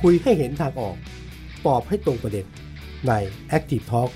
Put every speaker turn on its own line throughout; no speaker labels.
คุยให้เห็นทางออกตอบให้ตรงประเด็นใน Active Talk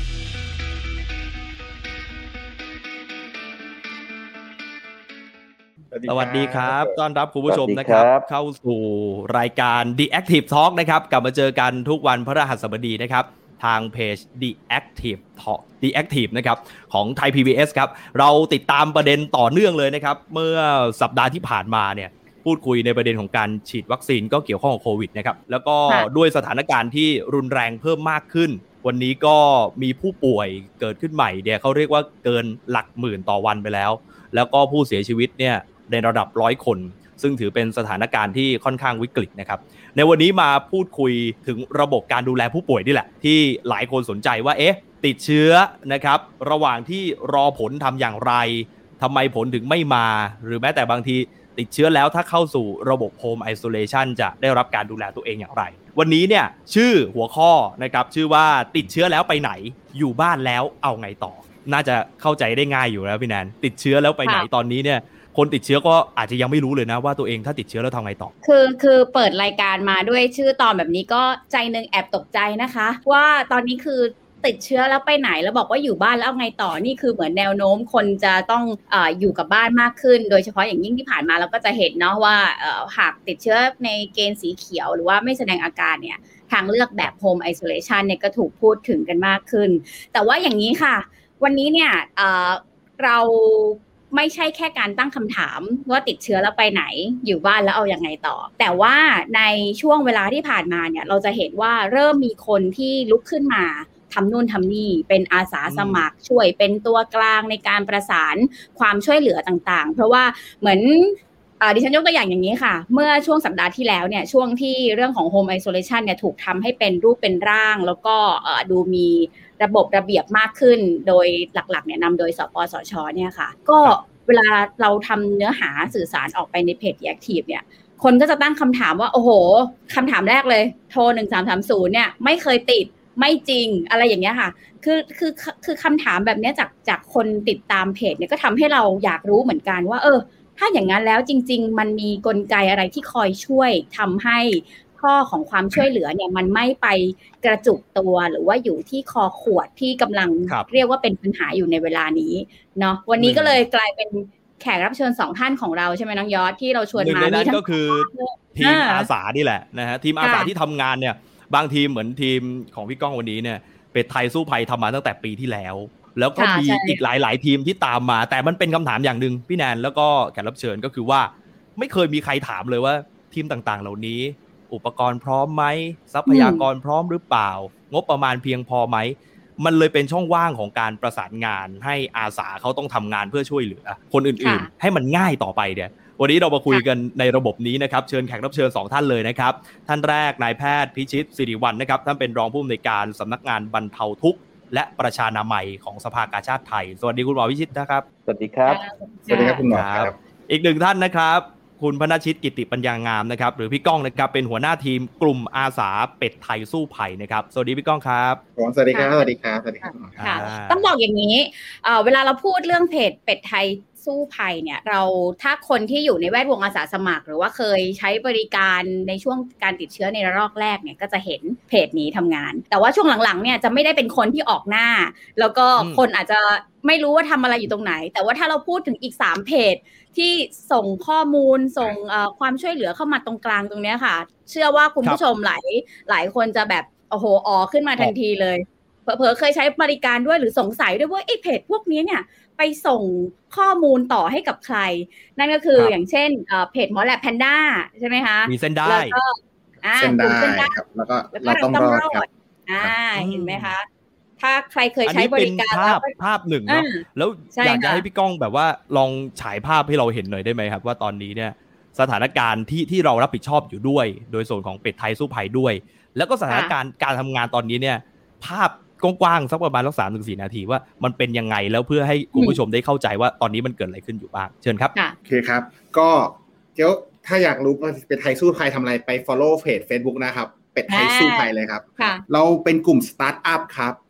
สวัสดีครับต้อนรับคุณผู้ชมนะครับเข้าสู่รายการ The Active Talk นะครับกลับมาเจอกันทุกวันพฤหัสบดีนะครับทางเพจ The Active Talk The Active นะครับของ Thai PBS ครับเราติดตามประเด็นต่อเนื่องเลยนะครับเมื่อสัปดาห์ที่ผ่านมาเนี่ยพูดคุยในประเด็นของการฉีดวัคซีนก็เกี่ยวข้องกับโควิดนะครับแล้วก็ด้วยสถานการณ์ที่รุนแรงเพิ่มมากขึ้นวันนี้ก็มีผู้ป่วยเกิดขึ้นใหม่เนี่ยเขาเรียกว่าเกินหลักหมื่นต่อวันไปแล้วก็ผู้เสียชีวิตเนี่ยในระดับ100 คนซึ่งถือเป็นสถานการณ์ที่ค่อนข้างวิกฤตนะครับในวันนี้มาพูดคุยถึงระบบการดูแลผู้ป่วยนี่แหละที่หลายคนสนใจว่าติดเชื้อนะครับระหว่างที่รอผลทำอย่างไรทำไมผลถึงไม่มาหรือแม้แต่บางทีติดเชื้อแล้วถ้าเข้าสู่ระบบ Home Isolation จะได้รับการดูแลตัวเองอย่างไรวันนี้เนี่ยชื่อหัวข้อนะครับชื่อว่าติดเชื้อแล้วไปไหนอยู่บ้านแล้วเอาไงต่อน่าจะเข้าใจได้ง่ายอยู่แล้วพี่แนนติดเชื้อแล้วไปไหนตอนนี้เนี่ยคนติดเชื้อก็อาจจะยังไม่รู้เลยนะว่าตัวเองถ้าติดเชื้อแล้วทำไงต่อ
คือเปิดรายการมาด้วยชื่อตอนแบบนี้ก็ใจนึงแอบตกใจนะคะว่าตอนนี้คือติดเชื้อแล้วไปไหนแล้วบอกว่าอยู่บ้านแล้วเอาไงต่อนี่คือเหมือนแนวโน้มคนจะต้องอยู่กับบ้านมากขึ้นโดยเฉพาะอย่างยิ่งที่ผ่านมาเราก็จะเห็นเนาะว่าหากติดเชื้อในเกณฑ์สีเขียวหรือว่าไม่แสดงอาการเนี่ยทางเลือกแบบ Home Isolation เนี่ยก็ถูกพูดถึงกันมากขึ้นแต่ว่าอย่างนี้ค่ะวันนี้เนี่ยเราไม่ใช่แค่การตั้งคำถามว่าติดเชื้อแล้วไปไหนอยู่บ้านแล้วเอายังไงต่อแต่ว่าในช่วงเวลาที่ผ่านมาเนี่ยเราจะเห็นว่าเริ่มมีคนที่ลุกขึ้นมาทำนู่นทำนี่เป็นอาสาสมัครช่วยเป็นตัวกลางในการประสานความช่วยเหลือต่างๆเพราะว่าเหมือนดิฉันยกตัวอย่างนี้ค่ะเมื่อช่วงสัปดาห์ที่แล้วเนี่ยช่วงที่เรื่องของ Home Isolation เนี่ยถูกทำให้เป็นรูปเป็นร่างแล้วก็ดูมีระบบระเบียบมากขึ้นโดยหลักๆเนี่ยนำโดยสปสช.เนี่ยค่ะก็เวลาเราทำเนื้อหาสื่อสารออกไปในเพจ Active เนี่ยคนก็จะตั้งคำถามว่าโอ้โหคำถามแรกเลยโทร1330เนี่ยไม่เคยติดไม่จริงอะไรอย่างเงี้ยค่ะคือคำถามแบบนี้จากคนติดตามเพจเนี่ยก็ทำให้เราอยากรู้เหมือนกันว่าถ้าอย่างนั้นแล้วจริงๆมันมีกลไกอะไรที่คอยช่วยทำให้ข้อของความช่วยเหลือเนี่ยมันไม่ไปกระจุกตัวหรือว่าอยู่ที่คอขวดที่กำลังเรียกว่าเป็นปัญหาอยู่ในเวลานี้เนาะวันนี้ก็เลยกลายเป็นแขกรับเชิญ2ท่านของเราใช่ไหมน้องยอดที่เราชวนมา
มีก็คือทีมอาสานี่แหละนะฮะทีมอาสาที่ทำงานเนี่ยบางทีมเหมือนทีมของพี่ก้องวันนี้เนี่ยเป็ดไทยสู้ภัยทำมาตั้งแต่ปีที่แล้วก็มีอีกหลายทีมที่ตามมาแต่มันเป็นคำถามอย่างนึงพี่แนนแล้วก็แขกรับเชิญก็คือว่าไม่เคยมีใครถามเลยว่าทีมต่างๆเหล่านี้อุปกรณ์พร้อมไหมทรัพยากรพร้อมหรือเปล่างบประมาณเพียงพอไหมมันเลยเป็นช่องว่างของการประสานงานให้อาสาเขาต้องทำงานเพื่อช่วยเหลือคนอื่นๆให้มันง่ายต่อไปเนี่ยวันนี้เรามาคุยกันในระบบนี้นะครับเชิญแขกรับเชิญ2ท่านเลยนะครับท่านแรกนายแพทย์พิชิตสิริวัลย์นะครับท่านเป็นรองผู้อำนวยการสำนักงานบรรเทาทุกข์และประชานามัยของสภากาชาดไทยสวัสดีคุณหมอพิชิตนะครับ
สวัสดีครับ
สวัสดีครับคุณหมอครับ
อีกหนึ่งท่านนะครับคุณพนชิตกิติปัญญางามนะครับหรือพี่ก้องนะครับเป็นหัวหน้าทีมกลุ่มอาสาเป็ดไทยสู้ภัยนะครับสวัสดีพี่ก้องครับ
สวัสดีครับสวัสดีครับสวัสดีครับ
ค่ะต้องบอกอย่างนี้เวลาเราพูดเรื่องเพจเป็ดไทยสู้ภัยเนี่ยถ้าคนที่อยู่ในแวดวงอาสาสมัครหรือว่าเคยใช้บริการในช่วงการติดเชื้อในระลอกแรกเนี่ยก็จะเห็นเพจนี้ทำงานแต่ว่าช่วงหลังๆเนี่ยจะไม่ได้เป็นคนที่ออกหน้าแล้วก็คนอาจจะไม่รู้ว่าทำอะไรอยู่ตรงไหนแต่ว่าถ้าเราพูดถึงอีก3เพจที่ส่งข้อมูลส่งความช่วยเหลือเข้ามาตรงกลางตรงนี้ค่ะเชื่อว่าคุณผู้ชมหลายคนจะแบบโอ้โหอ๋อขึ้นมาทันทีเลยเผลอๆเคยใช้บริการด้วยหรือสงสัยด้วยว่าไอ้เพจพวกนี้เนี่ยไปส่งข้อมูลต่อให้กับใครนั่นก็คืออย่างเช่นเพจหมอแลบแพนด้าใช่ไหมคะ
มีเส้นได้
เส้นได้ครับแล้วก็เราต้องรอดครับ
เห็นไหมคะถ้าใครเคยใช้บริการ
ภาพหนึ่งเนาะแล้วอยากจะให้พี่ก้องแบบว่าลองฉายภาพให้เราเห็นหน่อยได้ไหมครับว่าตอนนี้เนี่ยสถานการณ์ที่เรารับผิดชอบอยู่ด้วยโดยส่วนของเป็ดไทยสู้ภัยด้วยแล้วก็สถานการณ์การทำงานตอนนี้เนี่ยภาพกว้างๆสักประมาณ3-4 นาทีว่ามันเป็นยังไงแล้วเพื่อให้คุณผู้ชมได้เข้าใจว่าตอนนี้มันเกิดอะไรขึ้นอยู่บ้างเชิญครับ
โอเคครับก็เดี๋ยวถ้าอยากรู้ว่าเป็ดไทยสู้ภัยทำอะไรไป follow เพจ Facebook นะครับเป็ดไทยสู้ภัยเลยครับเราเป็นกลุ่มสตาร์ทอัพครับ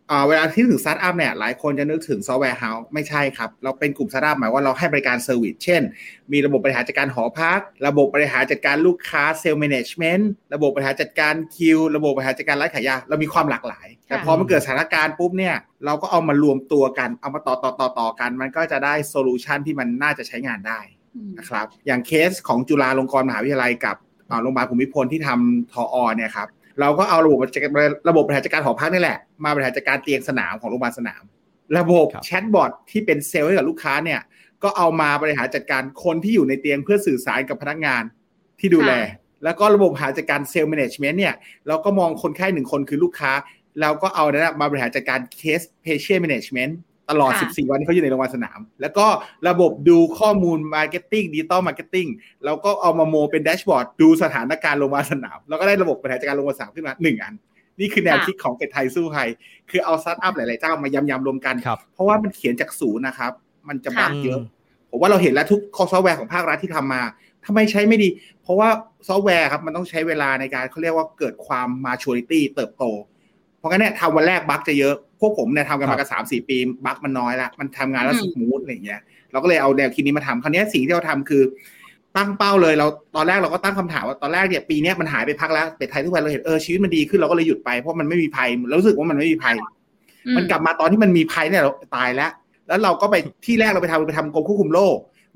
เวลาที่ถึงสตาร์ทอัพเนี่ยหลายคนจะนึกถึงซอฟต์แวร์เฮาส์ไม่ใช่ครับเราเป็นกลุ่มสตาร์ทอัพหมายว่าเราให้บริการเซอร์วิสเช่นมีระบบบริหารจัดการหอพักระบบบริหารจัดการลูกค้าเซลล์แมเนจเมนต์ระบบบริหารจัดการคิวระบบบริหารจัดการร้านขายยาเรามีความหลากหลายแต่พอมันเกิดสถานการณ์ปุ๊บเนี่ยเราก็เอามารวมตัวกันเอามาต่อกันมันก็จะได้โซลูชันที่มันน่าจะใช้งานได้นะครับอย่างเคสของจุฬาลงกรณ์มหาวิทยาลัยกับโรงพยาบาลภูมิพลที่ทำทอ.เนี่ยครับเราก็เอาระบบบริหารจัดการหอพักนี่แหละมาบริหารจัดการเตียงสนามของโรงพยาบาลสนามระบบแชทบอทที่เป็นเซลล์ให้กับลูกค้าเนี่ยก็เอามาบริหารจัดการคนที่อยู่ในเตียงเพื่อสื่อสารกับพนักงานที่ดูแลแล้วก็ระบบบริหารจัดการเซลล์แมเนจเมนต์เนี่ยเราก็มองคนไข้1คนคือลูกค้าเราก็เอานั้นมาบริหารจัดการเคสเพเชียนต์แมเนจเมนต์ตลอด14วันที่เขาอยู่ในโรงพยาบาลสนามแล้วก็ระบบดูข้อมูลมาร์เก็ตติ้งดิจิตอลมาร์เก็ตติ้งเราก็เอามาโมเป็นแดชบอร์ดดูสถานการณ์โรงพยาบาลสนามแล้วก็ได้ระบบบริหารจัดการโรงพยาบาลสนามขึ้นมา1อันนี่คือแนวคิดของเป็ดไทยสู้ภัยคือเอาสตาร์ทอัพหลายๆเจ้ามายำรวมกันเพราะว่ามันเขียนจากศูนย์นะครับมันจะบั๊กเยอะผมว่าเราเห็นแล้วทุกซอฟต์แวร์ของภาครัฐที่ทำมาทำไมใช้ไม่ดีเพราะว่าซอฟต์แวร์ครับมันต้องใช้เวลาในการเขาเรียกว่าเกิดความ maturity เติบโตเพราะงั้นเนี่ยทำวันแรกบั๊กจะเยอะพวกผมเนี่ยทำกันมากัน 3-4 ปีบั๊กมันน้อยละมันทำงานแล้วสมูทอะไรอย่างเงี้ยเราก็เลยเอาแนวคิดนี้มาทำคราวนี้สิ่งที่เราทำคือตั้งเป้าเลยเราตอนแรกเราก็ตั้งคำถามว่าตอนแรกเนี่ยปีนี้มันหายไปพักแล้วเป็ดไทยทุกวันเราเห็นชีวิตมันดีขึ้นเราก็เลยหยุดไปเพราะมันไม่มีภัยเรารู้สึกว่ามันไม่มีภัยมันกลับมาตอนที่มันมีภัยเนี่ยเราตายแล้วเราก็ไปที่แรกเราไปทำกรมควบคุมโรค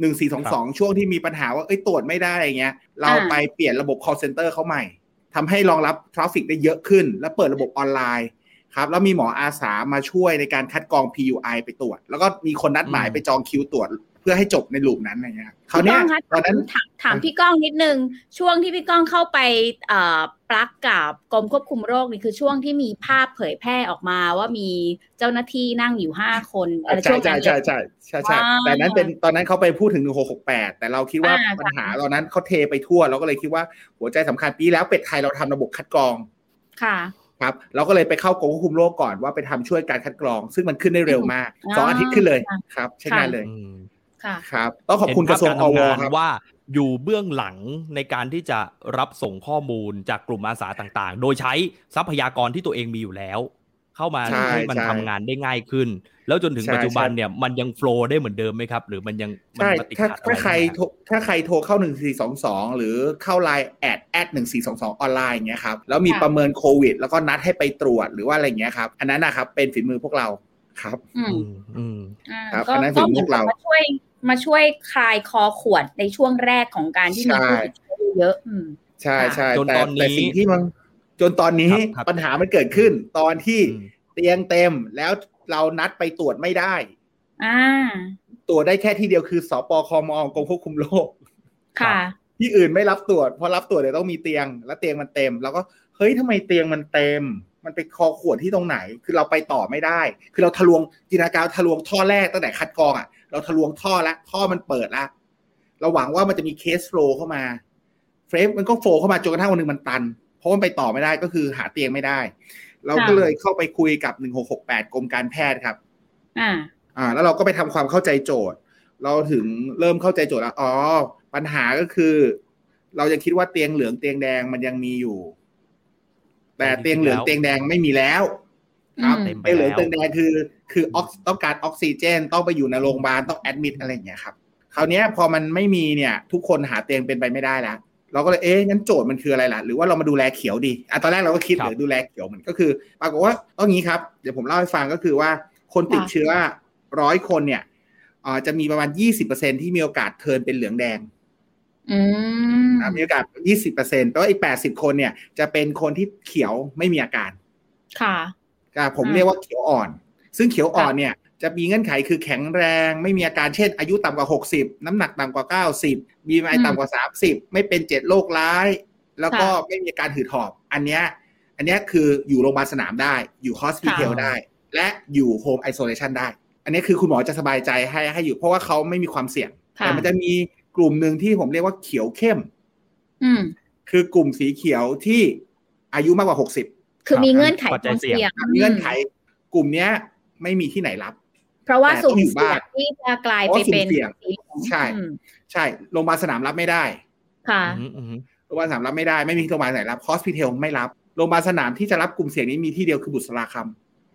1422ช่วงที่มีปัญหาว่าตรวจไม่ได้อย่างเงี้ยเราไปเปลี่ยนระบบ call center เข้าใหม่ทำให้รองรับทราฟฟิกได้เยอะขึ้นแล้วเปิดระบบออนไลน์ครับแล้วมีหมออาสามาช่วยในการคัดกรอง PUI ไปตรวจแล้วก็มีคนนัดหมายไปจองคิวตรวจเพื่อให้จบในลูปนั้นอะไรเงี้ยคราวนี้ตอนนั้น
ถามพี่ก้องนิดนึงช่วงที่พี่ก้องเข้าไปปลั๊กกับกรมควบคุมโรคนี่คือช่วงที่มีภาพเผยแพร่ออกมาว่ามีเจ้าหน้าที่นั่งอยู่5คน
ช่วงนั้นใช่แต่นั้นเป็นตอนนั้นเขาไปพูดถึง1668แต่เราคิดว่าปัญหาตอนนั้นเขาเทไปทั่วเราก็เลยคิดว่าหัวใจสำคัญปีแล้วเป็ดไทยเราทำระบบคัดกรอง
ค่ะ
ครับเราก็เลยไปเข้ากรมควบคุมโรคก่อนว่าไปทำช่วยการคัดกรองซึ่งมันขึ้นได้เร็วมาก2อาทิตย์ขึ้นเลยครับใช้งานเลยครับต้องขอบคุณกระทรวงอวครับ
ว่าอยู่เบื้องหลังในการที่จะรับส่งข้อมูลจากกลุ่มอาสาต่างๆโดยใช้ทรัพยากรที่ตัวเองมีอยู่แล้วเข้ามาให้มันทำงานได้ง่ายขึ้นแล้วจนถึงปัจจุบันเนี่ยมันยังโฟลว์ได้เหมือนเดิมไหมครับหรือมันยัง
มันติดขัดอะไรถ้าใครโทรเข้า1422หรือเข้า LINE แอด1422ออนไลน์อย่างเงี้ยครับแล้วมีประเมินโควิดแล้วก็นัดให้ไปตรวจหรือว่าอะไรเงี้ยครับอันนั้นนะครับเป็นฝีมือพวกเราครับ
ครับอันนั้นฝีมือพวกเรามาช่วยคลายคอขวดในช่วงแรกของการที่มีผู้ติดเชื้อเยอะ
ใช่แต่สิ่งที่มันจนตอนนี้ปัญหามันเกิดขึ้นตอนที่เตียงเต็มแล้วเรานัดไปตรวจไม่ได้ตรวจได้แค่ที่เดียวคือสปคม.กรมควบคุมโรค
ค่ะ
ที่อื่นไม่รับตรวจพอรับตรวจเดี๋ยวต้องมีเตียงแล้วเตียงมันเต็มแล้วก็เฮ้ยทำไมเตียงมันเต็มมันไปคอขวดที่ตรงไหนคือเราไปต่อไม่ได้คือเราทะลวงจินตนาการทะลวงท่อแรกตั้งแต่คัดกรองเราทะลวงท่อแล้วท่อมันเปิดแล้วเราหวังว่ามันจะมีเคสโฟลว์เข้ามาเฟรมมันก็โฟลว์เข้ามาจนกระทั่งวันนึงมันตันเพราะมันไปต่อไม่ได้ก็คือหาเตียงไม่ได้เราก็เลยเข้าไปคุยกับ1668กรมการแพทย์ครับแล้วเราก็ไปทำความเข้าใจโจทย์เราถึงเริ่มเข้าใจโจทย์แล้วปัญหาก็คือเรายังคิดว่าเตียงเหลืองเตียงแดงมันยังมีอยู่แต่เตียงเหลืองเตียงแดงไม่มีแล้วครับเตียงเหลืองเตียงแดงคือต้องการออกซิเจนต้องไปอยู่ในโรงพยาบาลต้องแอดมิดอะไรอย่างเงี้ยครับคราวนี้พอมันไม่มีเนี่ยทุกคนหาเตียงเป็นไปไม่ได้แล้วเราก็เลยงั้นโจทย์มันคืออะไรล่ะหรือว่าเรามาดูแลเขียวดีตอนแรกเราก็คิดหรือดูแลเขียวมันก็คือปรากฏว่าต้องงี้ครับเดี๋ยวผมเล่าให้ฟังก็คือว่าคนติดเชื้อ100คนเนี่ยจะมีประมาณ 20% ที่มีโอกาสเทิร์นเป็นเหลืองแดงมีโอกาส 20% แต่ว่าอีก80คนเนี่ยจะเป็นคนที่เขียวไม่มีอาการค่ะผมเรียกว่าเขียวอ่อนซึ่งเขียวอ่อนเนี่ยจะมีเงื่อนไขคือแข็งแรงไม่มีอาการเช่นอายุต่ำกว่า60น้ำหนักต่ำกว่า90 BMI ต่ำกว่า30ไม่เป็น7โรคร้ายแล้วก็ไม่มีอาการหืดหอบอันเนี้ยคืออยู่โรงพยาบาลสนามได้อยู่ฮอสพิทอลได้และอยู่โฮมไอโซเลชันได้อันนี้คือคุณหมอจะสบายใจให้อยู่เพราะว่าเขาไม่มีความเสี่ยงแต่มันจะมีกลุ่มหนึ่งที่ผมเรียกว่าเขียวเข้มคือกลุ่มสีเขียวที่อายุมากกว่า60
คือมีเงื่อนไขความเสี่ยง
เงื่อนไขกลุ่มนี้ไม่มีที่ไหนรับ
เพราะว่าสุ่มเสี่ยงที่จะกลายไปเป็น
ใช่โรงพยาบาลสนามรับไม่ได้
ค่ะ
โรงพยาบาลสนามรับไม่ได้ไม่มีโรงพยาบาลไหนรับฮอสพิทอลไม่รับโรงพยาบาลสนามที่จะรับกลุ่มเสี่ยงนี้มีที่เดียวคือบุษราคำ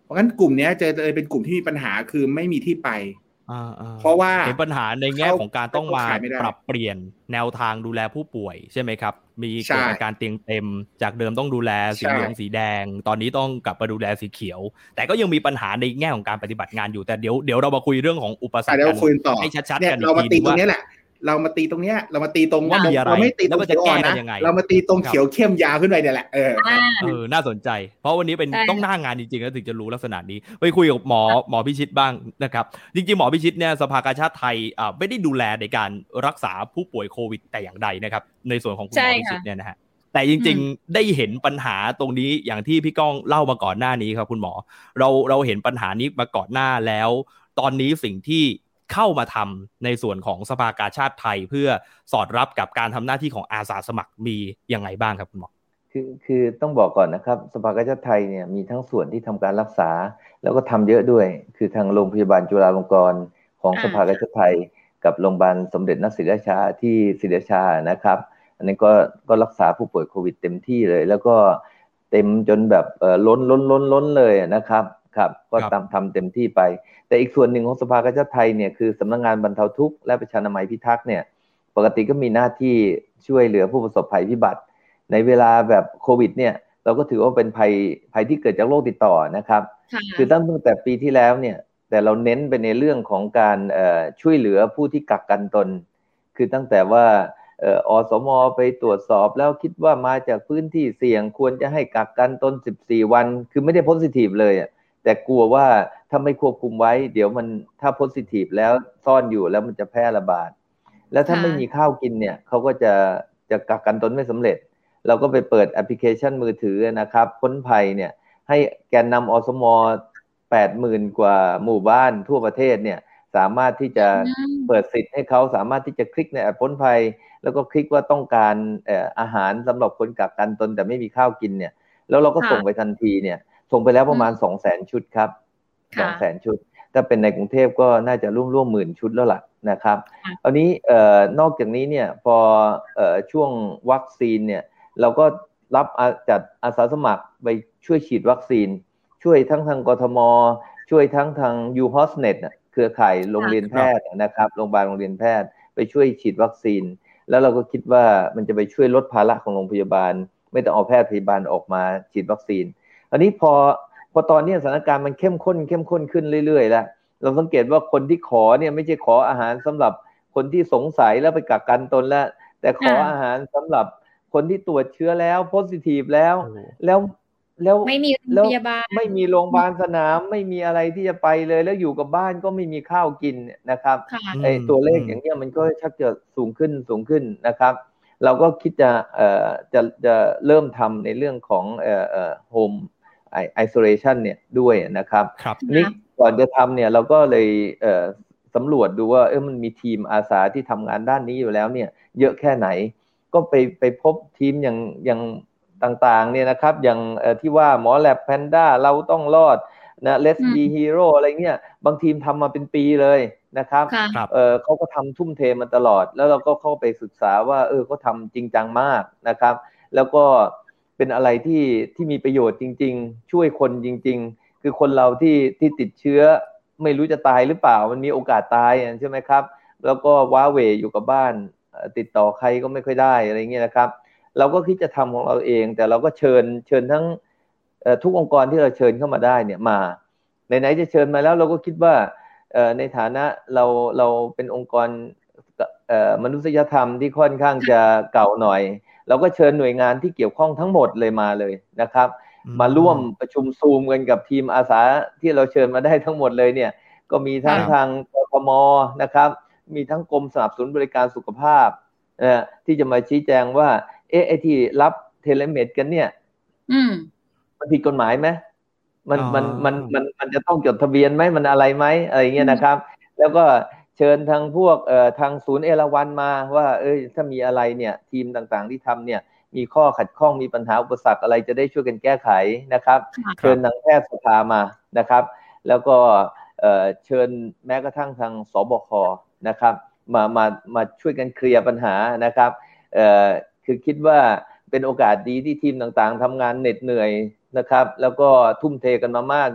เพราะงั้นกลุ่มนี้จะเลยเป็นกลุ่มที่มีปัญหาคือไม่มีที่ไปเพราะว่า
เห็นปัญหาในแง่ของการต้องมาปรับเปลี่ยนแนวทางดูแลผู้ป่วยใช่ไหมครับมีเกิดอาการเตียงเต็มจากเดิมต้องดูแลสีเหลืองสีแดงตอนนี้ต้องกลับมาดูแลสีเขียวแต่ก็ยังมีปัญหาในแง่ของการปฏิบัติงานอยู่แต่เดี๋ยวเรามาคุยเรื่องของอุปสรรคกันให้ชัดๆกันอีกทีว่า
เรามาตีตรงเนี้ยเรามาตีตรง
ว่ามีอะไร
เราไม่ตีตรงเขียวอ่อนนะเรามาตีตรงเขียวเข้มยาวขึ้นไปเนี่ยแหละ
น่าสนใจเพราะวันนี้เป็นต้องหน้างานจริงๆแล้วถึงจะรู้ลักษณะนี้ไปคุยกับหมอพิชิตบ้างนะครับจริงๆหมอพิชิตเนี่ยสภากาชาดไทยไม่ได้ดูแลในการรักษาผู้ป่วยโควิดแต่อย่างใดนะครับในส่วนของคุณหมอพิชิตเนี่ยนะฮะแต่จริงๆได้เห็นปัญหาตรงนี้อย่างที่พี่ก้องเล่ามาก่อนหน้านี้ครับคุณหมอเราเห็นปัญหานี้มาก่อนหน้าแล้วตอนนี้สิ่งที่เข้ามาทำในส่วนของสภากาชาดไทยเพื่อสอดรับกับการทำหน้าที่ของอาสาสมัครมียังไงบ้างครับคุณหมอ
คือต้องบอกก่อนนะครับสภากาชาดไทยเนี่ยมีทั้งส่วนที่ทำการรักษาแล้วก็ทำเยอะด้วยคือทางโรงพยาบาลจุฬาลงกรณ์ของสภากาชาดไทยกับโรงพยาบาลสมเด็จนศรีราชาที่ศรีราชานะครับอันนี้ก็รักษาผู้ป่วยโควิดเต็มที่เลยแล้วก็เต็มจนแบบล้นเลยนะครับก็ทำเต็มที่ไปแต่อีกส่วนหนึ่งของสภากาชาดไทยเนี่ยคือสำนักงานบรรเทาทุกข์และประชานามัยพิทักษ์เนี่ยปกติก็มีหน้าที่ช่วยเหลือผู้ประสบภัยพิบัติในเวลาแบบโควิดเนี่ยเราก็ถือว่าเป็นภัยที่เกิดจากโรคติดต่อนะครับคือตั้งแต่ปีที่แล้วเนี่ยแต่เราเน้นไปในเรื่องของการช่วยเหลือผู้ที่กักกันตนคือตั้งแต่ว่าอสม.ไปตรวจสอบแล้วคิดว่ามาจากพื้นที่เสี่ยงควรจะให้กักกันตน14วันคือไม่ได้โพสิทีฟเลยแต่กลัวว่าถ้าไม่ควบคุมไว้เดี๋ยวมันถ้าโพสิทีฟแล้วซ่อนอยู่แล้วมันจะแพร่ระบาดแล้วถ้าไม่มีข้าวกินเนี่ยเขาก็จะกักกันตนไม่สำเร็จเราก็ไปเปิดแอปพลิเคชันมือถือนะครับพ้นภัยเนี่ยให้แกนนำอสม. 80,000 กว่าหมู่บ้านทั่วประเทศเนี่ยสามารถที่จะเปิดสิทธิ์ให้เขาสามารถที่จะคลิกในแอปพ้นภัยแล้วก็คลิกว่าต้องการอาหารสำหรับคนกักกันตนแต่ไม่มีข้าวกินเนี่ยแล้วเราก็ส่งไปทันทีเนี่ยส่งไปแล้วประมาณ 200,000 ชุดครับ 200,000 ชุดถ้าเป็นในกรุงเทพก็น่าจะร่วมหมื่นชุดแล้วล่ะนะครับตอนนี้นอกจากนี้เนี่ยพอช่วงวัคซีนเนี่ยเราก็รับจัดอาสาสมัครไปช่วยฉีดวัคซีนช่วยทั้งทางกทมช่วยทั้งทาง UHOSNet เครือข่ายโรงเรียนแพทย์นะครับโรงพยาบาลโรงเรียนแพทย์ไปช่วยฉีดวัคซีนแล้วเราก็คิดว่ามันจะไปช่วยลดภาระของโรงพยาบาลไม่ต้องเอาแพทย์พยาบาลออกมาฉีดวัคซีนอันนี้พอตอนนี้สถานการณ์มันเข้มข้นขึ้นเรื่อยๆแล้วเราสังเกตว่าคนที่ขอเนี่ยไม่ใช่ขออาหารสำหรับคนที่สงสัยแล้วไปกักกันตนแล้วแต่ขออาหารสำหรับคนที่ตรวจเชื้อแล้วโพสิทีฟแล้ว
ไม่มีโรงพยาบาล
ไม่มีโรงพยาบาลสนามไม่มีอะไรที่จะไปเลยแล้วอยู่กับบ้านก็ไม่มีข้าวกินนะครับไอ้ตัวเลขอย่างเงี้ยมันก็ชักจะสูงขึ้นนะครับเราก็คิดจะเริ่มทำในเรื่องของhome isolation เนี่ยด้วยนะครับนี่ก่อนจะทำเนี่ยเราก็เลยสำรวจดูว่ามันมีทีมอาสาที่ทำงานด้านนี้อยู่แล้วเนี่ยเยอะแค่ไหนก็ไปพบทีมอย่างต่างๆเนี่ยนะครับอย่างที่ว่าหมอแลบแพนด้าเราต้องรอดนะ Let's be hero อะไรเงี้ยบางทีมทำมาเป็นปีเลยนะครับเขาก็ทำทุ่มเทมาตลอดแล้วเราก็เข้าไปศึกษาว่าเขาทำจริงจังมากนะครับแล้วก็เป็นอะไรที่มีประโยชน์จริงๆช่วยคนจริงๆคือคนเราที่ติดเชื้อไม่รู้จะตายหรือเปล่ามันมีโอกาสตายใช่ไหมครับแล้วก็ว้าเหวอยู่กับบ้านติดต่อใครก็ไม่ค่อยได้อะไรเงี้ยนะครับเราก็คิดจะทำของเราเองแต่เราก็เชิญทั้งทุกองค์กรที่เราเชิญเข้ามาได้เนี่ยมาไหนๆจะเชิญมาแล้วเราก็คิดว่าในฐานะเราเป็นองค์กรมนุษยธรรมที่ค่อนข้างจะเก่าหน่อยเราก็เชิญหน่วยงานที่เกี่ยวข้องทั้งหมดเลยมาเลยนะครับมาร่วมประชุมซูมกันกับทีมอาสาที่เราเชิญมาได้ทั้งหมดเลยเนี่ยก็มีทั้งทางกทมนะครับมีทั้งกรมสนับสนุนบริการสุขภาพที่จะมาชี้แจงว่าไอ้ที่รับเทเลเมดกันเนี่ยมันผิดกฎหมายไหมมันจะต้องจดทะเบียนไหมมันอะไรไหมอะไรเงี้ยนะครับแล้วก็เชิญทางพวกทางศูนย์เอราวัณมาว่าถ้ามีอะไรเนี่ยทีมต่างๆที่ทำเนี่ยมีข้อขัดข้องมีปัญหาอุปสรรคอะไรจะได้ช่วยกันแก้ไขนะครับเชิญทางแพทยสภามานะครับแล้วก็เชิญแม้กระทั่งทางสบคนะครับมาช่วยกันเคลียร์ปัญหานะครับคือคิดว่าเป็นโอกาสดีที่ทีมต่างๆทำงานเหน็ดเหนื่อยนะครับแล้วก็ทุ่มเทกันมามากเนี่ย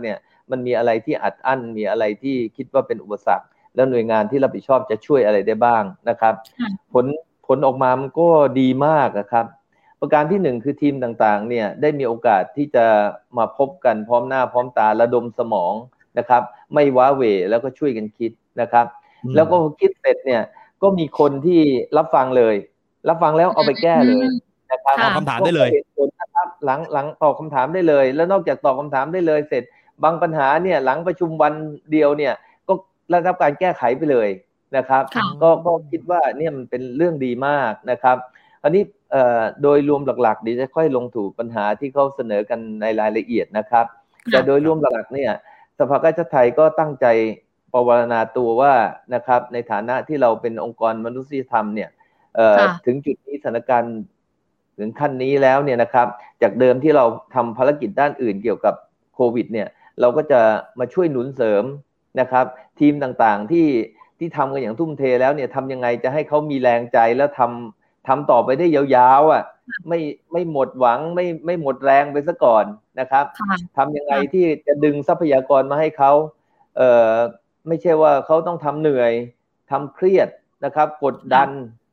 มันมีอะไรที่อัดอั้นมีอะไรที่คิดว่าเป็นอุปสรรคแล้วหน่วยงานที่รับผิดชอบจะช่วยอะไรได้บ้างนะครับผลออกมามันก็ดีมากนะครับประการที่1คือทีมต่างๆเนี่ยได้มีโอกาสที่จะมาพบกันพร้อมหน้าพร้อมตาระดมสมองนะครับไม่ว้าเหวแล้วก็ช่วยกันคิดนะครับแล้วก็คิดเสร็จเนี่ยก็มีคนที่รับฟังแล้วเอาไปแก้เลยนะครับ
ตอบคำถามได้เลย
นะครับหลังตอบคำถามได้เลยแล้วนอกจากตอบคำถามได้เลยเสร็จบางปัญหาเนี่ยหลังประชุมวันเดียวเนี่ยก็ได้รับการแก้ไขไปเลยนะครับก็คิดว่าเนี่ยมันเป็นเรื่องดีมากนะครับอันนี้โดยรวมหลักๆเดี๋ยวจะค่อยลงถูกปัญหาที่เขาเสนอกันในรายละเอียดนะครับแต่โดยรวมหลักๆเนี่ยสภากาชาดไทยก็ตั้งใจปวารณาตัวว่านะครับในฐานะที่เราเป็นองค์กรมนุษยธรรมเนี่ยถึงจุดนี้สถานการณ์ถึงขั้นนี้แล้วเนี่ยนะครับจากเดิมที่เราทำภารกิจด้านอื่นเกี่ยวกับโควิดเนี่ยเราก็จะมาช่วยหนุนเสริมนะครับทีมต่างๆที่ทำกันอย่างทุ่มเทแล้วเนี่ยทำยังไงจะให้เขามีแรงใจแล้วทำต่อไปได้ยาวๆไม่หมดหวังไม่หมดแรงไปซะก่อนนะครับทำยังไงที่จะดึงทรัพยากรมาให้เขาไม่ใช่ว่าเขาต้องทำเหนื่อยทำเครียดนะครับกดดัน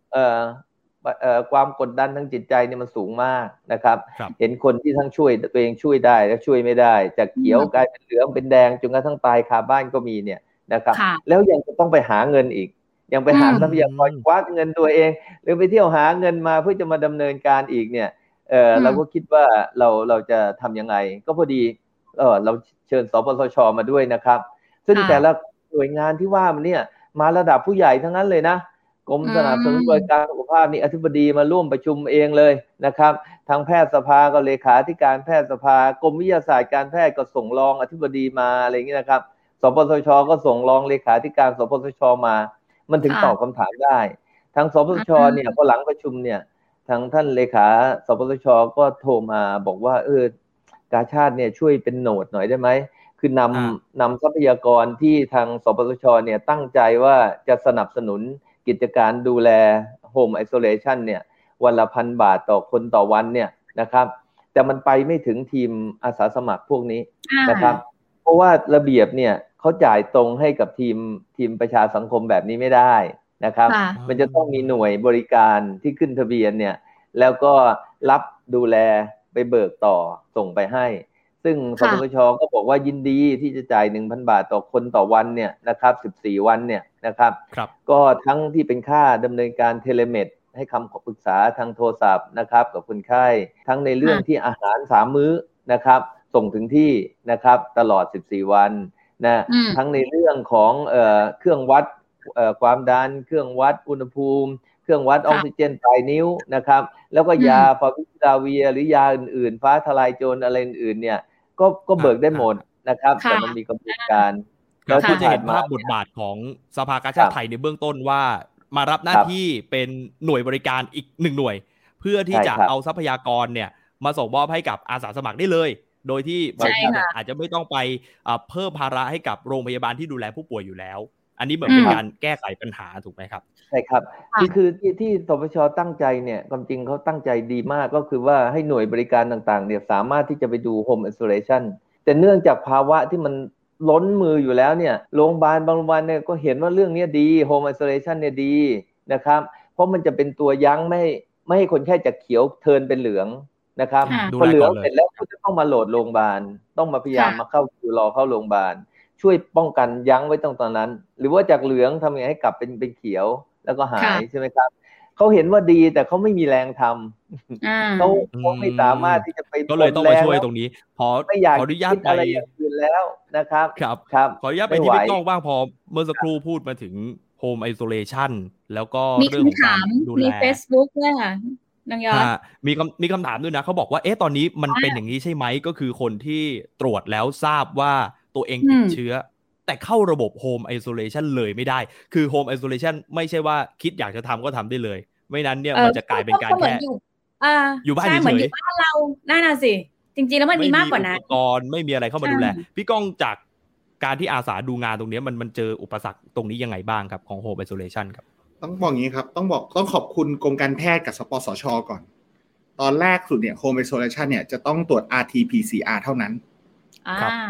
ความกดดันทางจิตใจเนี่ยมันสูงมากนะครับเห็นคนที่ทั้งช่วยตัวเองช่วยได้และช่วยไม่ได้จากเขียวกลายเป็นเหลืองเป็นแดงจนกระทั่งตายคาบ้านก็มีเนี่ยนะครับแล้วยังจะต้องไปหาเงินอีกยังไปหาทรัพยากรควักเงินตัวเองหรือไปเที่ยวหาเงินมาเพื่อจะมาดำเนินการอีกเนี่ยเราก็คิดว่าเราจะทำยังไงก็พอดีเราเชิญสปสช.มาด้วยนะครับซึ่งแต่ละหน่วยงานที่ว่ามันเนี่ยมาระดับผู้ใหญ่ทั้งนั้นเลยนะกรมสนับสนุนบริการสุขภาพนี่อธิบดีมาร่วมประชุมเองเลยนะครับทางแพทยสภาก็เลขาธิการแพทยสภากรมวิทยาศาสตร์การแพทย์ก็ส่งรองอธิบดีมาอะไรอย่างนี้นะครับสปสช.ก็ส่งรองเลขาธิการสปสช.มามันถึงตอบคำถามได้ทางสปสช.เนี่ยพอหลังประชุมเนี่ยทางท่านเลขาสปสช.ก็โทรมาบอกว่ากาชาดเนี่ยช่วยเป็นโนดหน่อยได้ไหมคือนำทรัพยากรที่ทางสปสช.เนี่ยตั้งใจว่าจะสนับสนุนกิจการดูแล Home Isolation เนี่ยวันละ 1,000 บาทต่อคนต่อวันเนี่ยนะครับแต่มันไปไม่ถึงทีมอาสาสมัครพวกนี้นะครับเพราะว่าระเบียบเนี่ยเขาจ่ายตรงให้กับทีมประชาสังคมแบบนี้ไม่ได้นะครับมันจะต้องมีหน่วยบริการที่ขึ้นทะเบียนเนี่ยแล้วก็รับดูแลไปเบิกต่อส่งไปให้ซึ่งสปสช.ก็บอกว่ายินดีที่จะจ่าย 1,000 บาทต่อคนต่อวันเนี่ยนะครับ14วันเนี่ยนะครับก็ทั้งที่เป็นค่าดำเนินการเทเลเมดให้คำปรึกษาทางโทรศัพท์นะครับกับคนไข้ทั้งในเรื่องที่อาหาร3มื้อนะครับส่งถึงที่นะครับตลอด14วันนะทั้งในเรื่องของเครื่องวัดความดันเครื่องวัดอุณหภูมิเครื่องวัดออกซิเจนปลายนิ้วนะครับแล้วก็ยาฟาวิพิลาเวียหรือยาอื่นๆฟ้าทลายโจรอะไรอื่นๆเนี่ยก็เบิกได้หมดนะครับแต่มันมีกระบวนการ
แล้วที่จะเห็นภาพบทบาทของสภากาชาดไทยในเบื้องต้นว่ามารับหน้าที่เป็นหน่วยบริการอีก1หน่วยเพื่อที่จะเอาทรัพยากรเนี่ยมาส่งมอบให้กับอาสาสมัครได้เลยโดยที่บางทีอาจจะไม่ต้องไปเพิ่มภาระให้กับโรงพยาบาลที่ดูแลผู้ป่วยอยู่แล้วอันนี้เหมือนเป็นการแก้ไขปัญหาถูกไหมครับ
ใช่ครับคือที่สปช.ตั้งใจเนี่ยความจริงเขาตั้งใจดีมากก็คือว่าให้หน่วยบริการต่างๆเนี่ยสามารถที่จะไปดู Home Isolation แต่เนื่องจากภาวะที่มันล้นมืออยู่แล้วเนี่ยโรงพยาบาลบางโรงพยาบาลเนี่ยก็เห็นว่าเรื่องนี้ดี Home Isolation เนี่ยดีนะครับเพราะมันจะเป็นตัวยั้งไม่ให้คนไข้จากเขียวเทิร์นเป็นเหลืองนะครับพอเหลืองเสร็จแล้วก็จะต้องมาโหลดโรงพยาบาลต้องมาพยายามมาเข้าคิวรอเข้าโรงพยาบาลช่วยป้องกันยั้งไว้ตอนนั้นหรือว่าจากเหลืองทำยังไงให้กลับเป็นเขียวแล้วก็หายใช่ไหมครับเขาเห็นว่าดีแต่เขาไม่มีแรงทำเขาไม่สามารถที่จะไป
ก็เลยต้องมาช่วยตรงนี้ขออนุญาตไป
อะไรอย่างอื่นแล้วนะครับ
ครับขออนุญาตไปที่พี่ก้องบ้างพอเมื่อสักครู่พูดมาถึง Home Isolation แล้วก็เรื่องของการดูแล
มี Facebook ด้วยค่ะน้องยอด
มีคำถามด้วยนะเขาบอกว่าตอนนี้มันเป็นอย่างนี้ใช่ไหมก็คือคนที่ตรวจแล้วทราบว่าตัวเองติดเชื้อแต่เข้าระบบ Home Isolation เลยไม่ได้คือ Home Isolation ไม่ใช่ว่าคิดอยากจะทำก็ทำได้เลยไม่นั้นเนี่ยมันจะกลายเป็นการแค่อยู่บ้านเฉยๆเหมือนอยู่
บ้านเราน่าน่ะสิจริงๆแล้วมันมีมากกว่านั้น
อุปกรณ์ไม่มีอะไรเข้ามาดูแลพี่ก้องจากการที่อาสาดูงานตรงนี้มันเจออุปสรรคตรงนี้ยังไงบ้างครับของ Home Isolation ครับ
ต้องบอกอย่างนี้ครับต้องขอบคุณกรมการแพทย์กับสปสช.ก่อนตอนแรกสุดเนี่ย Home Isolation เนี่ยจะต้องตรวจ RT-PCR เท่านั้น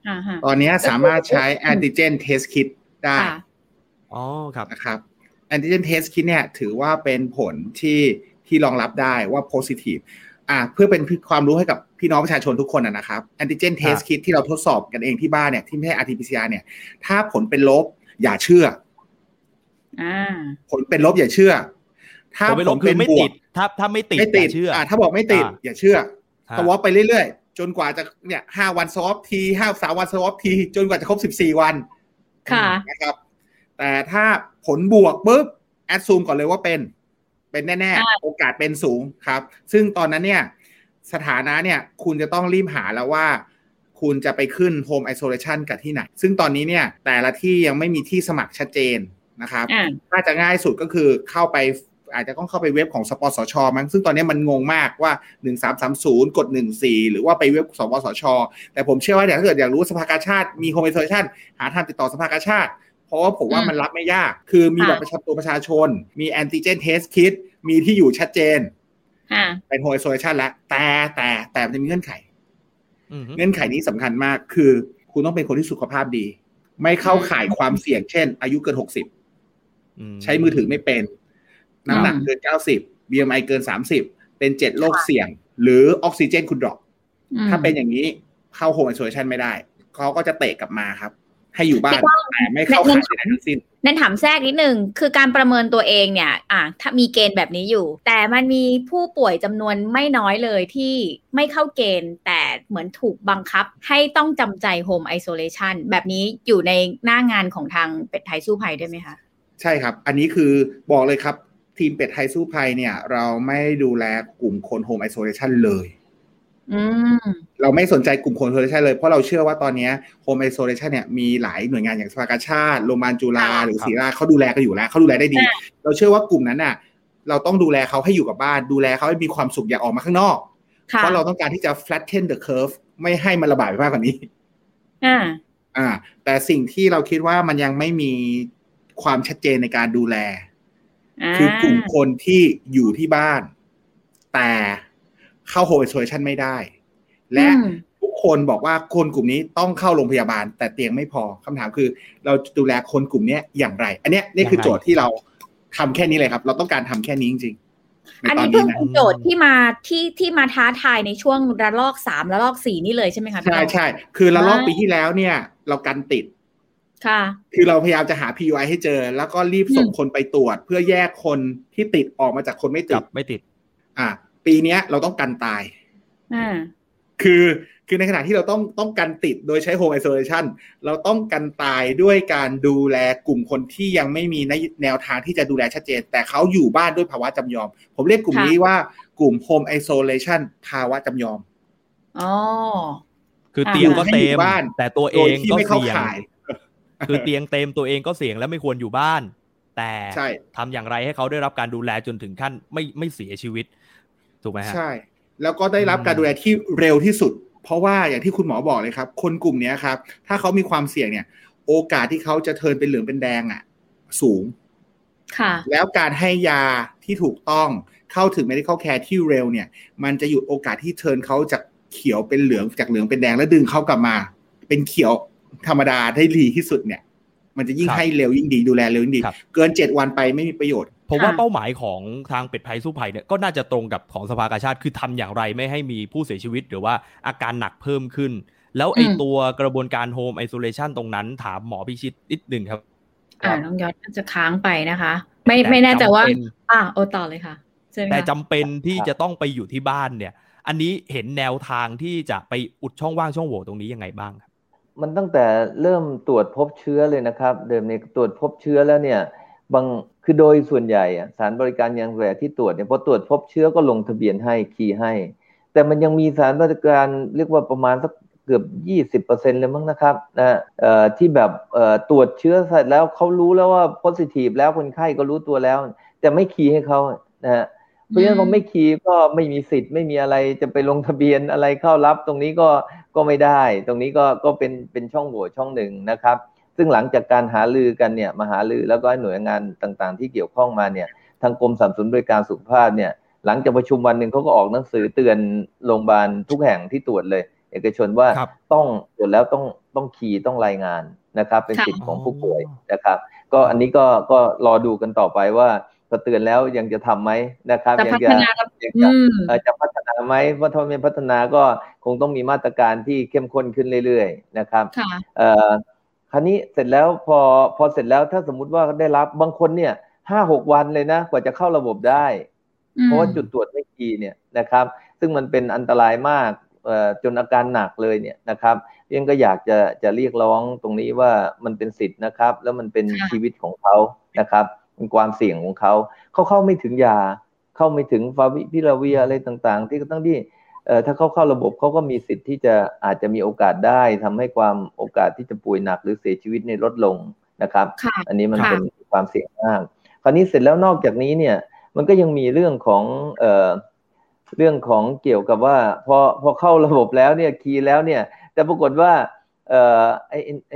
ตอนนี้สามารถใช้ antigen test kit ได้
อ๋อครับ
นะครับ antigen test kit เนี่ยถือว่าเป็นผลที่รองรับได้ว่า positive เพื่อเป็นความรู้ให้กับพี่น้องประชาชนทุกคนนะครับ antigen test kit ที่เราทดสอบกันเองที่บ้านเนี่ยที่ไม่ใช่ RT-PCR เนี่ยถ้าผลเป็นลบอย่าเชื่อผลเป็นลบอย่าเชื่อถ้าผลเป็นบวก
ถ้าไม่ติดอย่าเชื่อ
ถ้าบอกไม่ติดอย่าเชื่อสวอปไปเรื่อยๆจนกว่าจะเนี่ย5วันสวอปที3วันสวอปทีจนกว่าจะครบ14วันนะครับแต่ถ้าผลบวกปุ๊บแอดซูมก่อนเลยว่าเป็นแน่ๆโอกาสเป็นสูงครับซึ่งตอนนั้นเนี่ยสถานะเนี่ยคุณจะต้องรีบหาแล้วว่าคุณจะไปขึ้น Home Isolation กับที่ไหนซึ่งตอนนี้เนี่ยแต่ละที่ยังไม่มีที่สมัครชัดเจนนะครับถ้าจะง่ายสุดก็คือเข้าไปอาจจะต้องเข้าไปเว็บของสปสช.มั้งซึ่งตอนนี้มันงงมากว่า1330กด14หรือว่าไปเว็บสปสช.แต่ผมเชื่อว่าถ้าเกิดอยากรู้สภากาชาดมี Home Isolation หาทางติดต่อสภากาชาดเพราะว่าผมว่ามันรับไม่ยากคือมีบัตรประชาชนมีแอนติเจนเทสคิทมีที่อยู่ชัดเจนเป็น Home Isolation แล้วแต่มันจะมีเงื่อนไขนี้สำคัญมากคือคุณต้องเป็นคนที่สุขภาพดีไม่เข้าข่ายความเสี่ยงเช่นอายุเกิน60ใช้มือถือไม่เป็นน้ำหนักเกิน90 BMI เกิน30เป็น7โรคเสี่ยงหรือออกซิเจนคุณดรอปถ้าเป็นอย่างนี้เข้า Home Isolation ไม่ได้เขาก็จะเตะกลับมาครับให้อยู่บ้านแต่ไม่เข้าข่ายใดทั้งสิ้น
นั่นถามแทรกนิดนึงคือการประเมินตัวเองเนี่ยถ้ามีเกณฑ์แบบนี้อยู่แต่มันมีผู้ป่วยจำนวนไม่น้อยเลยที่ไม่เข้าเกณฑ์แต่เหมือนถูกบังคับให้ต้องจำใจ Home Isolation แบบนี้อยู่ในหน้างานของทางเป็ดไทยสู้ภัยได้ไหมคะ
ใช่ครับอันนี้คือบอกเลยครับทีมเป็ดไทยสู้ภัยเนี่ยเราไม่ดูแลกลุ่มคน Home Isolation เลยเราไม่สนใจกลุ่มคน Home Isolation เลยเพราะเราเชื่อว่าตอนนี้ Home Isolation เนี่ยมีหลายหน่วยงานอย่างสภากาชาดโรงพยาบาลจุฬาหรือศิริราชเขาดูแลกันอยู่แล้วเขาดูแลได้ดีเราเชื่อว่ากลุ่มนั้นน่ะเราต้องดูแลเขาให้อยู่กับบ้านดูแลเขาให้มีความสุขอย่าออกมาข้างนอกเพราะเราต้องการที่จะ flatten the curve ไม่ให้มันระบาดไปมากกว่านี้แต่สิ่งที่เราคิดว่ามันยังไม่มีความชัดเจนในการดูแลคือกลุ่มคนที่อยู่ที่บ้านแต่เข้า Home Isolation ไม่ได้และทุกคนบอกว่าคนกลุ่มนี้ต้องเข้าโรงพยาบาลแต่เตียงไม่พอคำถามคือเราดูแลคนกลุ่มนี้อย่างไรอันนี้นี่คือโจทย์ที่เราทำแค่นี้เลยครับเราต้องการทำแค่นี้จริงๆ
อันนี้เพิ่งเป็นโจทย์ที่มาท้าทายในช่วงระลอก3ระลอก4นี่เลยใช่ไหมคะ
ใช่คือระลอกปีที่แล้วเนี่ยเรากันติดคือเราพยายามจะหา PUI ให้เจอแล้วก็รีบส่งคนไปตรวจเพื่อแยกคนที่ติดออกมาจากคนไม่ติดปีนี้เราต้องกันตายคือในขณะที่เราต้องกันติดโดยใช้ Home Isolation เราต้องกันตายด้วยการดูแลกลุ่มคนที่ยังไม่มีแนวทางที่จะดูแลชัดเจนแต่เขาอยู่บ้านด้วยภาวะจำยอมผมเรียกกลุ่มนี้ว่ากลุ่ม Home Isolation ภาวะจำยอม
คือเตียงก็เต็มแต่ตัวเองก็เสี่ยงคือเตียงเต็มตัวเองก็เสี่ยงและไม่ควรอยู่บ้านแต่ทำอย่างไรให้เขาได้รับการดูแลจนถึงขั้นไม่เสียชีวิตถูกไหมฮะ
ใช่แล้วก็ได้รับการดูแลที่เร็วที่สุดเพราะว่าอย่างที่คุณหมอบอกเลยครับคนกลุ่มนี้ครับถ้าเขามีความเสี่ยงเนี่ยโอกาสที่เขาจะเทิร์นเป็นเหลืองเป็นแดงสูงแล้วการให้ยาที่ถูกต้องเข้าถึง medical care ที่เร็วเนี่ยมันจะหยุดโอกาสที่เทิร์นเขาจากเขียวเป็นเหลืองจากเหลืองเป็นแดงแล้วดึงเขากลับมาเป็นเขียวธรรมดาได้ดีที่สุดเนี่ยมันจะยิ่งให้เร็วยิ่งดีดูแลเร็วยิ่งดีเกิน7วันไปไม่มีประโยชน์
ผมว่าเป้าหมายของทางเป็ดไทยสู้ภัยเนี่ยก็น่าจะตรงกับของสภากาชาดคือทำอย่างไรไม่ให้มีผู้เสียชีวิตหรือว่าอาการหนักเพิ่มขึ้นแล้วไอ้ตัวกระบวนการ Home Isolation ตรงนั้นถามหมอพิชิตนิดนึงครับ
น้องยอดจะค้างไปนะคะไม่แน่ใจว่าต่อเลยค่ะ
แต่จำเป็นที่จะต้องไปอยู่ที่บ้านเนี่ยอันนี้เห็นแนวทางที่จะไปอุดช่องว่างช่องโหว่ตรงนี้ยังไงบ้างครับ
มันตั้งแต่เริ่มตรวจพบเชื้อเลยนะครับเดิมเนี่ยตรวจพบเชื้อแล้วเนี่ยคือโดยส่วนใหญ่สถานบริการยังแหวที่ตรวจเนี่ยพอตรวจพบเชื้อก็ลงทะเบียนให้คีย์ให้แต่มันยังมีสถานบริการเรียกว่าประมาณสักเกือบ 20% เลยมั้งนะครับที่แบบตรวจเชื้อเสร็จแล้วเขารู้แล้วว่า positive แล้วคนไข้ก็รู้ตัวแล้วแต่ไม่คีย์ให้เขานะฮะเพราะฉะนั้นพอไม่คีย์ก็ไม่มีสิทธิ์ไม่มีอะไรจะไปลงทะเบียนอะไรเข้ารับตรงนี้ก็ไม่ได้ตรงนี้ก็เป็นช่องโหว่ช่องหนึ่งนะครับซึ่งหลังจากการหารือกันเนี่ยมาหารือแล้วก็หน่วยงานต่างๆที่เกี่ยวข้องมาเนี่ยทางกรมสนับสนุนบริการสุขภาพเนี่ยหลังจากประชุมวันนึงเขาก็ออกหนังสือเตือนโรงพยาบาลทุกแห่งที่ตรวจเลยเอกชนว่าต้องตรวจแล้วต้องคีย์ต้องรายงานนะครับเป็นสิทธิ์ของผู้ป่วยนะครับก็อันนี้ก็รอดูกันต่อไปว่าเตือนแล้วยังจะทำไหมนะครับยังจะพัฒนาไหมเพราะถ้าไม่พัฒนาก็คงต้องมีมาตรการที่เข้มข้นขึ้นเรื่อยๆนะครับคราวนี้เสร็จแล้วพอเสร็จแล้วถ้าสมมุติว่าได้รับบางคนเนี่ย 5-6 วันเลยนะกว่าจะเข้าระบบได้เพราะว่าจุดตรวจไม่คีย์เนี่ยนะครับซึ่งมันเป็นอันตรายมากจนอาการหนักเลยเนี่ยนะครับยังก็อยากจะเรียกร้องตรงนี้ว่ามันเป็นสิทธิ์นะครับแล้วมันเป็นชีวิตของเขานะครับเป็นความเสี่ยงของเขาเข้าไม่ถึงยาเข้าไม่ถึงฟาวิพิลาเวียอะไรต่างๆที่ก็ต้องที่ถ้าเข้าระบบเขาก็มีสิทธิ์ที่จะอาจจะมีโอกาสได้ทำให้ความโอกาสที่จะป่วยหนักหรือเสียชีวิตในลดลงนะครับอันนี้มันเป็นความเสี่ยงมากคราวนี้เสร็จแล้วนอกจากนี้เนี่ยมันก็ยังมีเรื่องของเกี่ยวกับว่าพอเข้าระบบแล้วเนี่ยคีย์แล้วเนี่ยแต่ปรากฏว่าไอ้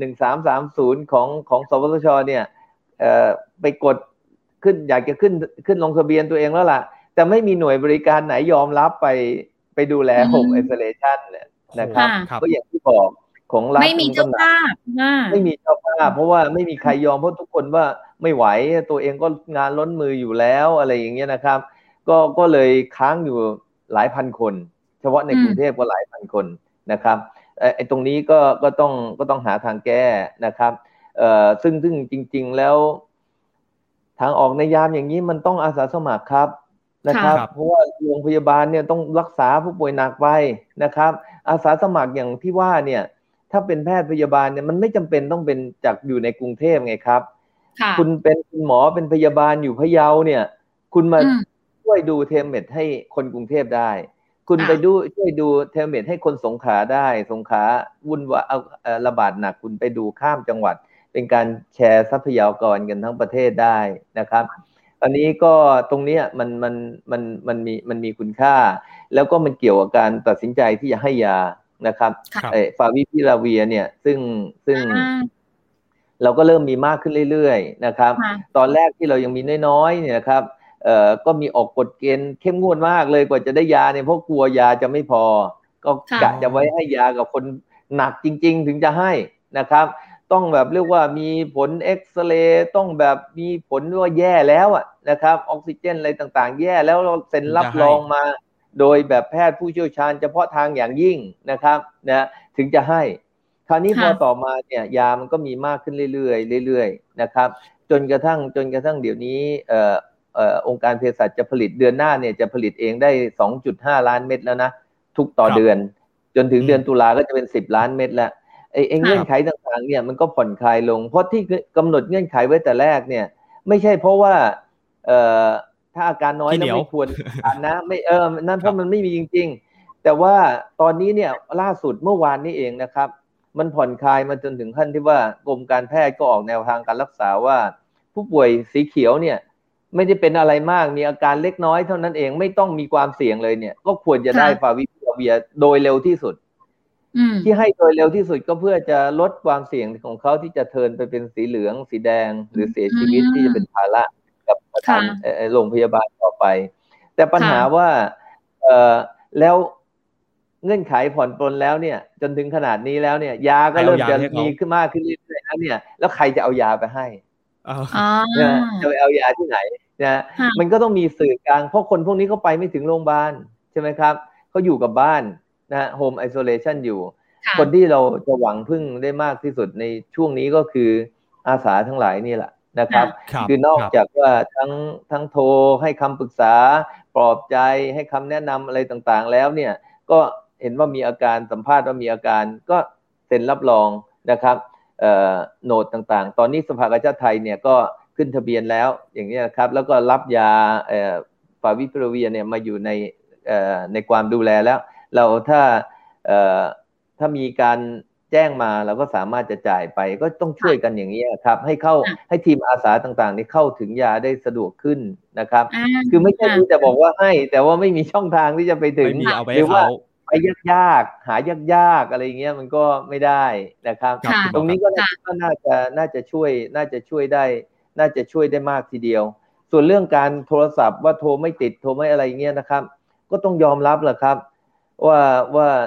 1330ของสปสชเนี่ยไปกดขึ้นอยากจะขึ้นลงทะเบียนตัวเองแล้วล่ะแต่ไม่มีหน่วยบริการไหนยอมรับไปดูแลโฮมไอโซเลชันเนี่ยนะครับก็อย่างที่บอกของรัฐไม่มีเจ้าภาพไม่มีเจ้าภาพเพราะว่าไม่มีใครยอมเพราะทุกคนว่าไม่ไหวตัวเองก็งานล้นมืออยู่แล้วอะไรอย่างเงี้ยนะครับก็เลยค้างอยู่หลายพันคนเฉพาะในกรุงเทพก็หลายพันคนนะครับไอ้ตรงนี้ก็ต้องหาทางแก้นะครับซึ่งจริงๆแล้วทางออกในยามอย่างนี้มันต้องอาสาสมัครครับนะครับเพราะว่าโรงพยาบาลเนี่ยต้องรักษาผู้ป่วยหนักไปนะครับอาสาสมัครอย่างที่ว่าเนี่ยถ้าเป็นแพทย์พยาบาลเนี่ยมันไม่จำเป็นต้องเป็นจากอยู่ในกรุงเทพไงครับคุณเป็นคุณหมอเป็นพยาบาลอยู่พะเยาเนี่ยคุณมาช่วยดูเทมเมดให้คนกรุงเทพได้คุณไปช่วยดูเทมเมดให้คนสงขลาได้สงขลาวุ่นวายระบาดหนักคุณไปดูข้ามจังหวัดเป็นการแชร์ทรัพยากรกันทั้งประเทศได้นะครับอันนี้ก็ตรงนี้มันมีคุณค่าแล้วก็มันเกี่ยวกับการตัดสินใจที่จะให้ยานะครับฟาวิพิลาเวียเนี่ยซึ่งเราก็เริ่มมีมากขึ้นเรื่อยๆนะครับตอนแรกที่เรายังมีน้อยๆเนี่ยนะครับก็มีออกกฎเกณฑ์เข้มงวดมากเลยกว่าจะได้ยาเนี่ยเพราะกลัวยาจะไม่พอก็กะจะไว้ให้ยากับคนหนักจริงๆถึงจะให้นะครับต้องแบบเรียกว่ามีผลเอ็กซเรย์ต้องแบบมีผลว่าแย่แล้วนะครับออกซิเจนอะไรต่างๆแย่แล้วเราเซ็นรับรองมาโดยแบบแพทย์ผู้เชี่ยวชาญเฉพาะทางอย่างยิ่งนะครับนะถึงจะให้คราวนี้พอต่อมาเนี่ยยามันก็มีมากขึ้นเรื่อยๆนะครับจนกระทั่งเดี๋ยวนี้องค์การเภสัชจะผลิตเดือนหน้าเนี่ยจะผลิตเองได้ 2.5 ล้านเม็ดแล้วนะทุกต่อเดือนจนถึงเดือนตุลาก็จะเป็น10ล้านเม็ดแล้วไอ้เงื่อนไขต่างๆเนี่ยมันก็ผ่อนคลายลงเพราะที่กำหนดเงื่อนไขไว้แต่แรกเนี่ยไม่ใช่เพราะว่าถ้าอาการน้อยแล้วไม่ควรนะไม่นั่นเพราะมันไม่มีจริงๆแต่ว่าตอนนี้เนี่ยล่าสุดเมื่อวานนี้เองนะครับมันผ่อนคลายมาจนถึงขั้นที่ว่ากรมการแพทย์ก็ออกแนวทางการรักษาว่าผู้ป่วยสีเขียวเนี่ยไม่ได้เป็นอะไรมากมีอาการเล็กน้อยเท่านั้นเองไม่ต้องมีความเสี่ยงเลยเนี่ยก็ควรจะได้ฟาวิพิลาเวียโดยเร็วที่สุดที่ให้โดยเร็วที่สุดก็เพื่อจะลดความเสี่ยงของเขาที่จะเทิร์นไปเป็นสีเหลืองสีแดงหรือเสียชีวิตที่จะเป็นภาระกับทางโรงพยาบาลต่อไปแต่ปัญหาว่าแล้วเงื่อนไขผ่อนปลนแล้วเนี่ยจนถึงขนาดนี้แล้วเนี่ยยาก็เริ่มจะมีขึ้นมากขึ้นเรื่อยๆแล้วเนี่ยแล้วใครจะเอายาไปให้จะไปเอายาที่ไหนนะมันก็ต้องมีสื่อกลางเพราะคนพวกนี้เขาไปไม่ถึงโรงพยาบาลใช่ไหมครับเขาอยู่กับบ้านนะโฮมไอโซเลชันอยู่คนที่เราจะหวังพึ่งได้มากที่สุดในช่วงนี้ก็คืออาสาทั้งหลายนี่แหละนะครับคือนอกจากว่าทั้งโทรให้คำปรึกษาปลอบใจให้คำแนะนำอะไรต่างๆแล้วเนี่ยก็เห็นว่ามีอาการสัมภาษณ์ว่ามีอาการก็เซ็นรับรองนะครับโน้ตต่างๆตอนนี้สภากาชาดไทยเนี่ยก็ขึ้นทะเบียนแล้วอย่างนี้นะครับแล้วก็รับยาฟาวิพิลาเวียเนี่ยมาอยู่ในความดูแลแล้วเราถ้ามีการแจ้งมาเราก็สามารถจะจ่ายไปก็ต้องช่วยกันอย่างนี้ครับให้ทีมอาสาต่างๆนี่เข้าถึงยาได้สะดวกขึ้นนะครับคือไม่ใช่แต่บอกว่าให้แต่ว่าไม่มีช่องทางที่จะไปถึงหรือว่าไปยากหายากอะไรเงี้ยมันก็ไม่ได้นะครับตรงนี้ก็น่าจะช่วยได้มากทีเดียวส่วนเรื่องการโทรศัพท์ว่าโทรไม่ติดโทรไม่อะไรเงี้ยนะครับก็ต้องยอมรับแหละครับว่า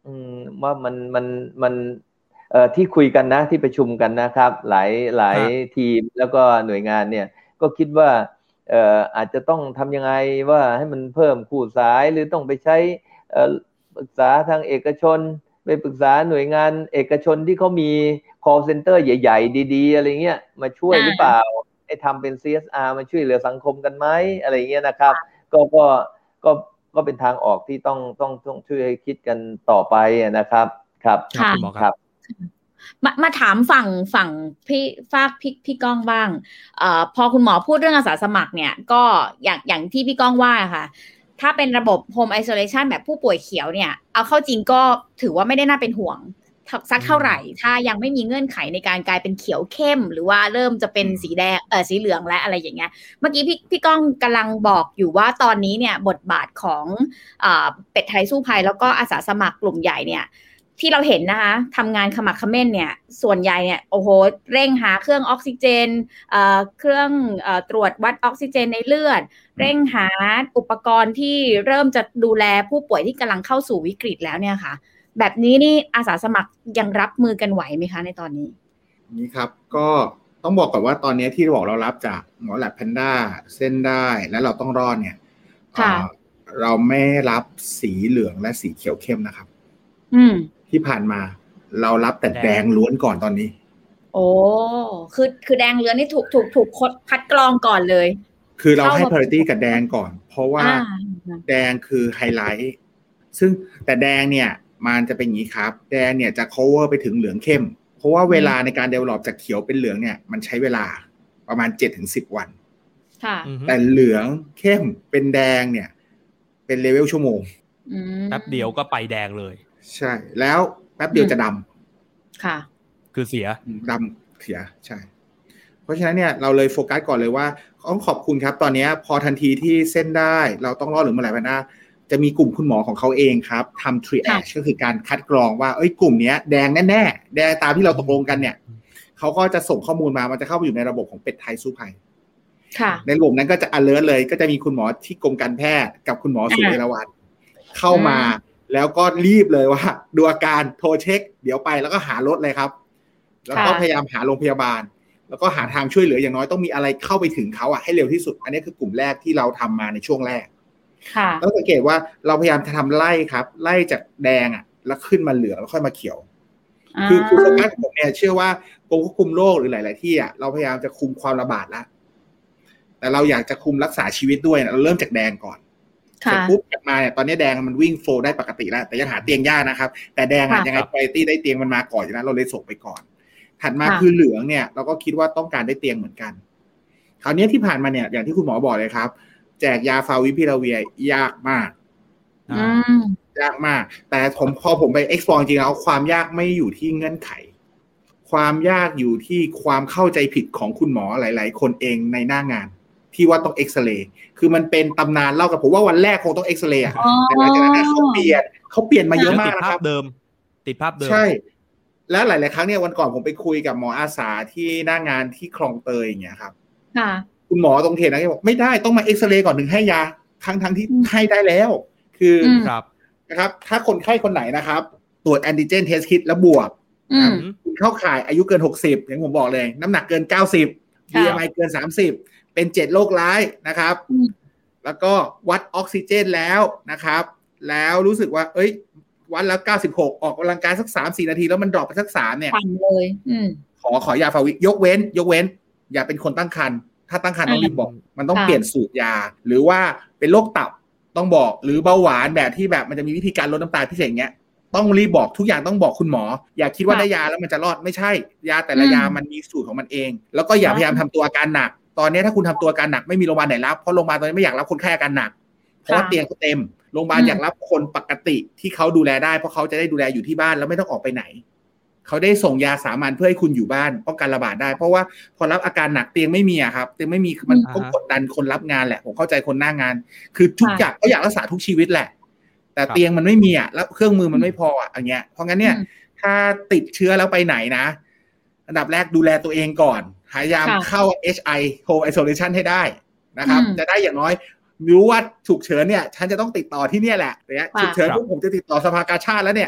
ว่ามันที่คุยกันนะที่ประชุมกันนะครับหลายทีมแล้วก็หน่วยงานเนี่ยก็คิดว่าอาจจะต้องทำยังไงว่าให้มันเพิ่มคู่สายหรือต้องไปใช้ปรึกษาทางเอกชนไปปรึกษาหน่วยงานเอกชนที่เขามี call center ใหญ่ๆดีๆอะไรเงี้ยมาช่วยหรือเปล่าให้ทำเป็น CSR มาช่วยเหลือสังคมกันไหมอะไรเงี้ยนะครับก็เป็นทางออกที่ต้องช่วยคิดกันต่อไปนะครับครับ
คุณหมอครับ
มาถามฝั่งพี่ก้องบ้างพอคุณหมอพูดเรื่องอาสาสมัครเนี่ยก็อย่างที่พี่ก้องว่าค่ะถ้าเป็นระบบ Home Isolation แบบผู้ป่วยเขียวเนี่ยเอาเข้าจริงก็ถือว่าไม่ได้น่าเป็นห่วงสักเท่าไหร่ถ้ายังไม่มีเงื่อนไขในการกลายเป็นเขียวเข้มหรือว่าเริ่มจะเป็นสีแดงสีเหลืองและอะไรอย่างเงี้ยเมื่อกี้พี่ก้องกำลังบอกอยู่ว่าตอนนี้เนี่ยบทบาทของเป็ดไทยสู้ภัยแล้วก็อาสาสมัครกลุ่มใหญ่เนี่ยที่เราเห็นนะคะทำงานขมักเขม้นเนี่ยส่วนใหญ่เนี่ยโอ้โหเร่งหาเครื่องออกซิเจนเครื่องตรวจวัดออกซิเจนในเลือดเร่งหาอุปกรณ์ที่เริ่มจะดูแลผู้ป่วยที่กำลังเข้าสู่วิกฤตแล้วเนี่ยค่ะแบบนี้นี่อาสาสมัครยังรับมือกันไหวไหมคะในตอนนี้
นี่ครับก็ต้องบอกก่อนว่าตอนนี้ที่บอกเรารับจากหมอแลบแพนด้าเส้นได้และเราต้องรอดเนี่ยเราไม่รับสีเหลืองและสีเขียวเข้มนะครับที่ผ่านมาเรารับแต่แดงล้วนก่อนตอนนี้
โอ้คือแดงล้วนนี่ถูกคัดกรองก่อนเลย
คือเราให้ priority กับแดงก่อนเพราะว่าแดงคือไฮไลท์ซึ่งแต่แดงเนี่ยมันจะเป็นอย่างนี้ครับแดงเนี่ยจะ cover ไปถึงเหลืองเข้มเพราะว่าเวลาในการ develop จากเขียวเป็นเหลืองเนี่ยมันใช้เวลาประมาณ 7-10 วันแต่เหลืองเข้มเป็นแดงเนี่ยเป็นเลเวลชั่วโมง
แป๊บเดียวก็ไปแดงเลย
ใช่แล้วแป๊บเดียวจะด
ำค่ะ
คือเสีย
ดำเสียใช่เพราะฉะนั้นเนี่ยเราเลยโฟกัสก่อนเลยว่าต้องขอบคุณครับตอนนี้พอทันทีที่เส้นได้เราต้องรอดหรือเมื่อไหร่พันหน้าจะมีกลุ่มคุณหมอของเขาเองครับทำ triage ก็คือการคัดกรองว่ากลุ่มนี้แดงแน่ๆแดงตามที่เราตกลงกันเนี่ยเขาก็จะส่งข้อมูลมามันจะเข้าไปอยู่ในระบบของเป็ดไทยสู้ภัยในระบบนั้นก็จะ alert เลยก็จะมีคุณหมอที่กรมการแพทย์กับคุณหมอศูนย์เอราวัณเข้ามาแล้วก็รีบเลยว่าดูอาการโทรเช็คเดี๋ยวไปแล้วก็หารถเลยครับแล้วก็พยายามหาโรงพยาบาลแล้วก็หาทางช่วยเหลืออย่างน้อยต้องมีอะไรเข้าไปถึงเขาให้เร็วที่สุดอันนี้คือกลุ่มแรกที่เราทำมาในช่วงแรกต้องสังเกตว่าเราพยายามจะทำไล่ครับไล่จากแดงแล้วขึ้นมาเหลืองแล้วค่อยมาเขียวคือโฟกัสของผมเนี่ยเชื่อว่ากรมควบคุมโรคหรือหลายๆที่เราพยายามจะคุมความระบาดแล้วแต่เราอยากจะคุมรักษาชีวิตด้วยเราเริ่มจากแดงก่อนเสร็จปุ๊บกลับมาเนี่ยตอนนี้แดงมันวิ่งโฟลได้ปกติแล้วแต่ยังหาเตียงยากนะครับแต่แดงยังไง priority ได้เตียงมันมาก่อนอยู่แล้วเราเลยส่งไปก่อนถัดมาคือเหลืองเนี่ยเราก็คิดว่าต้องการได้เตียงเหมือนกันคราวนี้ที่ผ่านมาเนี่ยอย่างที่คุณหมอบอกเลยครับแจกยาฟาวิพิราเวียยากมากยากมากแต่พอผมไป explore จริงๆแล้วความยากไม่อยู่ที่เงื่อนไขความยากอยู่ที่ความเข้าใจผิดของคุณหมอหลายๆคนเองในหน้างานที่ว่าต้องเอ็กซเรย์คือมันเป็นตำนานเล่ากับผมว่าวันแรกคงต้องเอ็กซเรย์แต่หลังจากนั้นเขาเปลี่ยนมาเยอะมากนะครับ
ติดภาพเดิม
ใช่แล้วหลายๆครั้งเนี่ยวันก่อนผมไปคุยกับหมออาสาที่หน้างานที่คลองเตยอย่างเงี้ยครับคุณหมอตรงเขตนะบอกไม่ได้ต้องมาเอ็กซเรย์ก่อนถึงให้ยาทั้งที่ให้ได้แล้วคือนะครับถ้าคนไข้คนไหนนะครับตรวจแอนติเจนเทสคิดแล้วบวกคุณเข้าข่ายอายุเกิน60อย่างผมบอกเลยน้ำหนักเกิน90 BMI เกิน30เป็น7โรคร้ายนะครับแล้วก็วัดออกซิเจนแล้วนะครับแล้วรู้สึกว่าวัดแล้ว96ออกกำลังกายสัก 3-4 นาทีแล้วมันดรอปไปสัก3เนี่ย
ปั่นเลย
ขอยาฟาวิยกเว้นอย่าเป็นคนตั้งครรภ์ถ้าตั้งครรภ์ต้องรีบบอกมันต้องเปลี่ยนสูตรยาหรือว่าเป็นโรคตับต้องบอกหรือเบาหวานแบบที่แบบมันจะมีวิธีการลดน้ำตาลพิเศษเงี้ยต้องรีบบอกทุกอย่างต้องบอกคุณหมออย่าคิดว่าได้ยาแล้วมันจะรอดไม่ใช่ยาแต่ละยามันมีสูตรของมันเองแล้วก็อย่าพยายามทำตัวอาการหนักตอนนี้ถ้าคุณทำตัวอาการหนักไม่มีโรงพยาบาลไหนรับเพราะโรงพยาบาลตอนนี้ไม่อยากรับคนไข้อาการหนักเพราะเตียงเขาเต็มโรงพยาบาลอยากรับคนปกติที่เขาดูแลได้เพราะเขาจะได้ดูแลอยู่ที่บ้านแล้วไม่ต้องออกไปไหนเขาได้ส่งยาสามัญเพื่อให้คุณอยู่บ้านป้องกันระบาดได้เพราะว่าพอรับอาการหนักเตียงไม่มีครับเตียงไม่มีมันก็กดดันคนรับงานแหละผมเข้าใจคนหน้างานคือทุกอย่างก็อยากรักษาทุกชีวิตแหละแต่เตียงมันไม่มีแล้วเครื่องมือมันไม่พออย่างเงี้ยเพราะงั้นเนี่ยถ้าติดเชื้อแล้วไปไหนนะอันดับแรกดูแลตัวเองก่อนพยายามเข้า HI Home Isolation ให้ได้นะครับจะได้อย่างน้อยรู้ว่าฉุกเฉินเนี่ยฉันจะต้องติดต่อที่เนี่ยแหละเนี่ยฉุกเฉินปุ๊บผมจะติดต่อสภากาชาดแล้วเนี่ย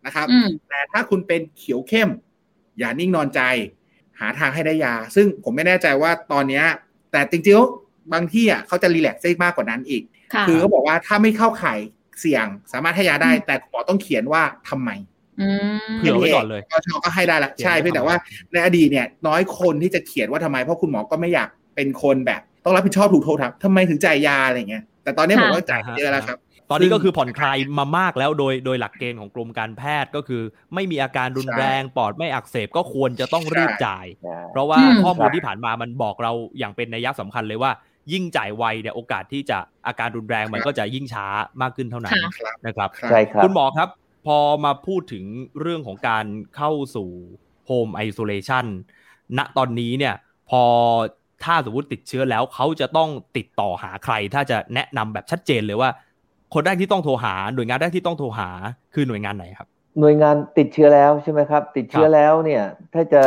นะครับแต่ถ้าคุณเป็นเขียวเข้มอย่านิ่งนอนใจหาทางให้ได้ยาซึ่งผมไม่แน่ใจว่าตอนนี้แต่จริงๆบางที่อ่ะเขาจะรีแลกซ์ได้มากกว่านั้นอีกคือเขาบอกว่าถ้าไม่เข้าข่ายเสี่ยงสามารถให้ยาได้แต่หมอต้องเขียนว่าทำไม
เผื่อไว้ก่อนเลย
ก็ให้ได้ละใช่เพียงแต่ว่าในอดีตเนี่ยน้อยคนที่จะเขียนว่าทำไมเพราะคุณหมอก็ไม่อยากเป็นคนแบบต้องรับผิดชอบถูกโทษครับทำไมถึงจ่ายยาอะไรเงี้ยแต่ตอนนี้ผมก็จ่ายเยอะแล้วครับ
ตอนนี้ก็คือผ่อนคลายมามากแล้วโดยหลักเกณฑ์ของกรมการแพทย์ก็คือไม่มีอาการรุนแรงปอดไม่อักเสบก็ควรจะต้องรีบจ่ายเพราะว่าข้อมูลที่ผ่านมามันบอกเราอย่างเป็นนัยสำคัญเลยว่ายิ่งจ่ายไวเนี่ยโอกาสที่จะอาการรุนแรงมันก็จะยิ่งช้ามากขึ้นเท่านั้นนะครับ
ใช่ครับ
คุณหมอครับพอมาพูดถึงเรื่องของการเข้าสู่ Home Isolation ณตอนนี้เนี่ยพอถ้าสมมติติดเชื้อแล้วเขาจะต้องติดต่อหาใครถ้าจะแนะนำแบบชัดเจนเลยว่าคนแรกที่ต้องโทรหาหน่วยงานแรกที่ต้องโทรหาคือหน่วยงานไหนครับ
หน่วยงานติดเชื้อแล้วใช่ไหมครับติดเชื้อแล้วเนี่ยถ้าจะ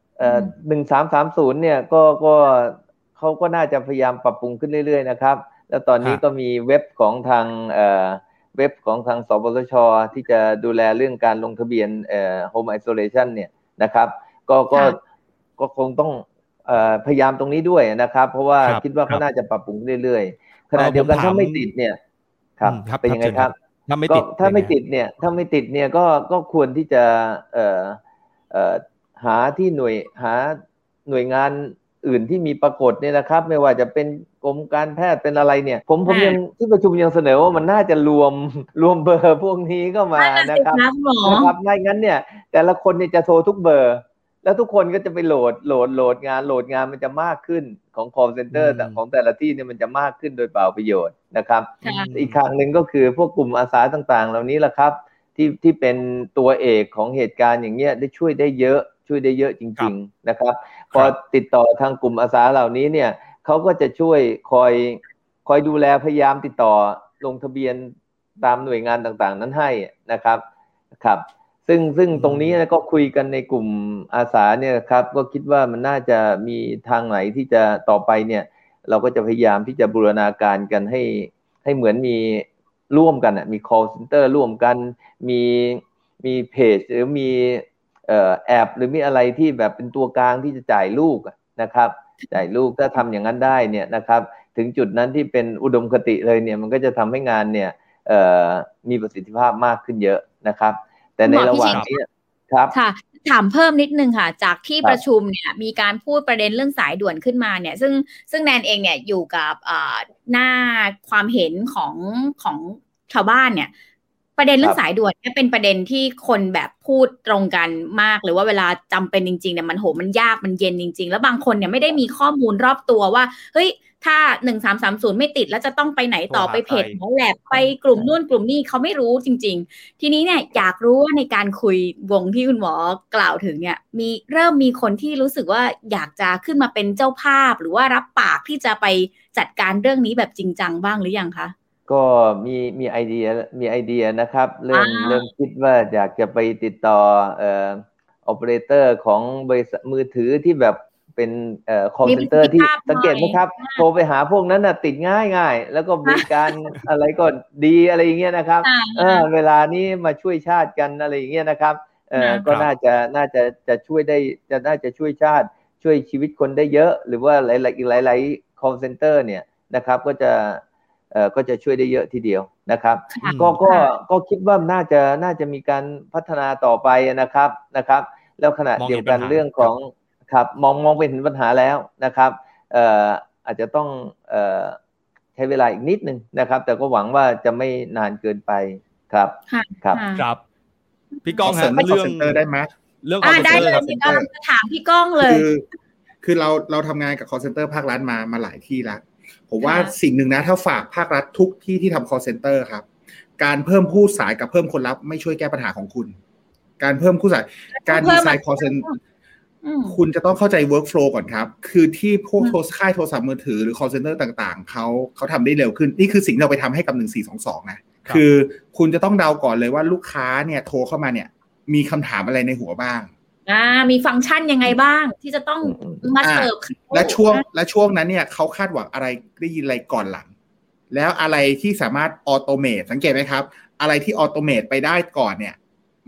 1330เนี่ยก็เขาก็น่าจะพยายามปรับปรุงขึ้นเรื่อยๆนะครับแล้วตอนนี้ก็มีเว็บของทางเว็บของทางสปสช.ที่จะดูแลเรื่องการลงทะเบียนHome Isolation เนี่ยนะครับก็คงต้องพยายามตรงนี้ด้วยนะครับเพราะว่าคิดว่าเขาน่าจะปรับปรุงเรื่อยๆขณะเดียวกันถ้าไม่ติดเนี่ยครับเป็นยังไงครับถ้าไม่ติดเนี่ยก็ควรที่จะหาหน่วยงานอื่นที่มีปรากฏเนี่ยนะครับไม่ว่าจะเป็นกรมการแพทย์เป็นอะไรเนี่ยผมยังที่ประชุมยังเสนอว่ามันน่าจะรวมเบอร์พวกนี้ก็มานะครับไม่งั้นเนี่ยแต่ละคนเนี่ยจะโทรทุกเบอร์แล้วทุกคนก็จะไปโหลดงานมันจะมากขึ้นของ call center ของแต่ละที่เนี่ยมันจะมากขึ้นโดยเปล่าประโยชน์นะครับอีกทางหนึ่งก็คือพวกกลุ่มอาสาต่างๆเหล่านี้แหละครับที่เป็นตัวเอกของเหตุการณ์อย่างเงี้ยได้ช่วยได้เยอะจริงๆนะครับพอติดต่อทางกลุ่มอาสาเหล่านี้เนี่ยเขาก็จะช่วยคอยดูแลพยายามติดต่อลงทะเบียนตามหน่วยงานต่างๆนั้นให้นะครับซึ่งตรงนี้ก็คุยกันในกลุ่มอาสาเนี่ยครับก็คิดว่ามันน่าจะมีทางไหนที่จะต่อไปเนี่ยเราก็จะพยายามที่จะบูรณาการกันให้เหมือนมีร่วมกันมี call center ร่วมกันมีเพจหรือมีแอปหรือมีอะไรที่แบบเป็นตัวกลางที่จะจ่ายลูกนะครับจ่ายลูกถ้าทำอย่างนั้นได้เนี่ยนะครับถึงจุดนั้นที่เป็นอุดมคติเลยเนี่ยมันก็จะทำให้งานเนี่ยมีประสิทธิภาพมากขึ้นเยอะนะครับแต่ในระหว่างนี้ครับ
ค่ะถามเพิ่มนิดนึงค่ะจากที่ประชุมเนี่ยมีการพูดประเด็นเรื่องสายด่วนขึ้นมาเนี่ยซึ่งแนนเองเนี่ยอยู่กับหน้าความเห็นของชาวบ้านเนี่ยประเด็นเรื่องสายด่วนเนี่ยเป็นประเด็นที่คนแบบพูดตรงกันมากหรือว่าเวลาจำเป็นจริงๆเนี่ยมันยากมันเย็นจริงๆแล้วบางคนเนี่ยไม่ได้มีข้อมูลรอบตัวว่าเฮ้ยถ้า1330ไม่ติดแล้วจะต้องไปไหนต่อไปเพจหมอแลบไปกลุ่มนู่นกลุ่มนี่เขาไม่รู้จริงๆทีนี้เนี่ยอยากรู้ว่าในการคุยวงที่คุณหมอกล่าวถึงเนี่ยเริ่มมีคนที่รู้สึกว่าอยากจะขึ้นมาเป็นเจ้าภาพหรือว่ารับปากที่จะไปจัดการเรื่องนี้แบบจริงจังบ้างหรือยังคะ
ก็มีไอเดียนะครับเริ่มคิดว่าอยากจะไปติดต่อออเปอเรเตอร์ของบริษัทมือถือที่แบบเป็นcall center ที่สังเกตไหมครับโทรไปหาพวกนั้นติดง่ายแล้วก็บริการอะไรก็ดีอะไรอย่างเงี้ยนะครับเวลานี้มาช่วยชาติกันอะไรอย่างเงี้ยนะครับก็น่าจะช่วยได้น่าจะช่วยชาติช่วยชีวิตคนได้เยอะหรือว่าหลาย call center เนี่ยนะครับก็จะช่วยได้เยอะทีเดียวนะครับก็คิดว่าน่าจะมีการพัฒนาต่อไปนะครับแล้วขณะเดียวกันเรื่องของครับมองไปเห็นปัญหาแล้วนะครับอาจจะต้องใช้เวลาอีกนิดนึงนะครับแต่ก็หวังว่าจะไม่นานเกินไปครับ
พี่ก้องฮะเรื่อง
ได้ไหม
เรื่องได้เลยพี่ก้องจะถามพี่ก้องเลย
คือเราทำงานกับ call center ภาครัฐมาหลายที่แล้วผมว่าสิ่งหนึ่งนะถ้าฝากภาครัฐทุกที่ทำ call center ครับการเพิ่มผู้สายกับเพิ่มคนรับไม่ช่วยแก้ปัญหาของคุณการเพิ่มผู้สายการดีไซน์ call center คุณจะต้องเข้าใจ workflow ก่อนครับคือที่พวกค่ายโทรศัพท์มือถือหรือ call center ต่างๆเขาทำได้เร็วขึ้นนี่คือสิ่งที่เราไปทำให้กับ1422นะคือคุณจะต้องเดาก่อนเลยว่าลูกค้าเนี่ยโทรเข้ามาเนี่ยมีคำถามอะไรในหัวบ้าง
มีฟังก์ชันยังไงบ้างที่จะต้องมาเสิร์ฟ
และช่วงนั้นเนี่ยเขาคาดหวังอะไรได้ยินอะไรก่อนหลังแล้วอะไรที่สามารถออโตเมตสังเกตไหมครับอะไรที่ออโตเมตไปได้ก่อนเนี่ย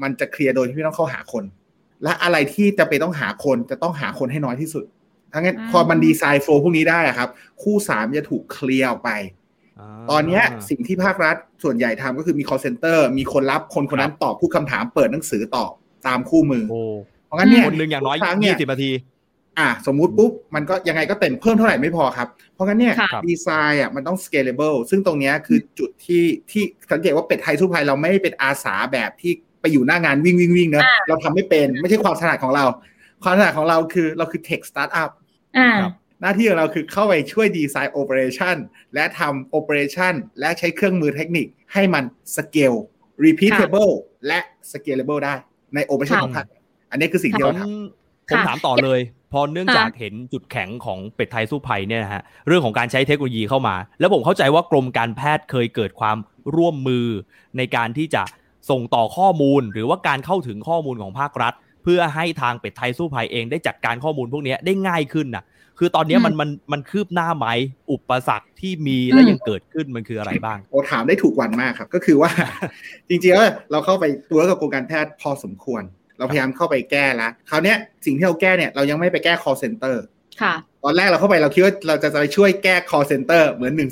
มันจะเคลียร์โดยที่ไม่ต้องเข้าหาคนและอะไรที่จะไปต้องหาคนจะต้องหาคนให้น้อยที่สุดทั้งนั้นพอมันดีไซน์โฟล์พวกนี้ได้ครับคู่3จะถูกเคลียร์ออกไปตอนนี้สิ่งที่ภาครัฐส่วนใหญ่ทำก็คือมี call center มีคนรับคนนั้นตอบทุกคำถามเปิดหนังสือตอบตามคู่มือเพราะงั้นเนี่ย
คนนึงอย่างน้อย20 นาที
สมมุติปุ๊บมันก็ยังไงก็เต็มเพิ่มเท่าไหร่ไม่พอครับเพราะงั้นเนี่ยดีไซน์มันต้อง scalable ซึ่งตรงนี้คือจุดที่สังเกตว่าเป็ดไทยสู้ภัยเราไม่เป็นอาสาแบบที่ไปอยู่หน้างานวิ่งนะเราทำไม่เป็นไม่ใช่ความถนัดของเราความถนัดของเราคือtech startup หน้าที่ของเราคือเข้าไปช่วยดีไซน์ operation และทำ operation และใช้เครื่องมือเทคนิคให้มัน scale repeatable และ scalable ได้ใน operation ของภาคอันนี้คือสิ่งที่เราทำ
ผมถามต่อเลยพอเนื่องจากเห็นจุดแข็งของเป็ดไทยสู้ภัยเนี่ยนะฮะเรื่องของการใช้เทคโนโลยีเข้ามาแล้วผมเข้าใจว่ากรมการแพทย์เคยเกิดความร่วมมือในการที่จะส่งต่อข้อมูลหรือว่าการเข้าถึงข้อมูลของภาครัฐเพื่อให้ทางเป็ดไทยสู้ภัยเองได้จัดการข้อมูลพวกนี้ได้ง่ายขึ้นน่ะคือตอนนี้มันคืบหน้าไหมอุปสรรคที่มีและยังเกิดขึ้นมันคืออะไรบ้าง
โอ้ถามได้ถูกวันมากครับก็คือว่าจริงๆแล้วเราเข้าไปตัวกับกรมการแพทย์พอสมควรเราพยายามเข้าไปแก้แล้วคราวนี้สิ่งที่เราแก้เนี่ยเรายังไม่ไปแก้ call center
ค่ะ
ตอนแรกเราเข้าไปเราคิดว่าเราจะไปช่วยแก้ call center เหมือน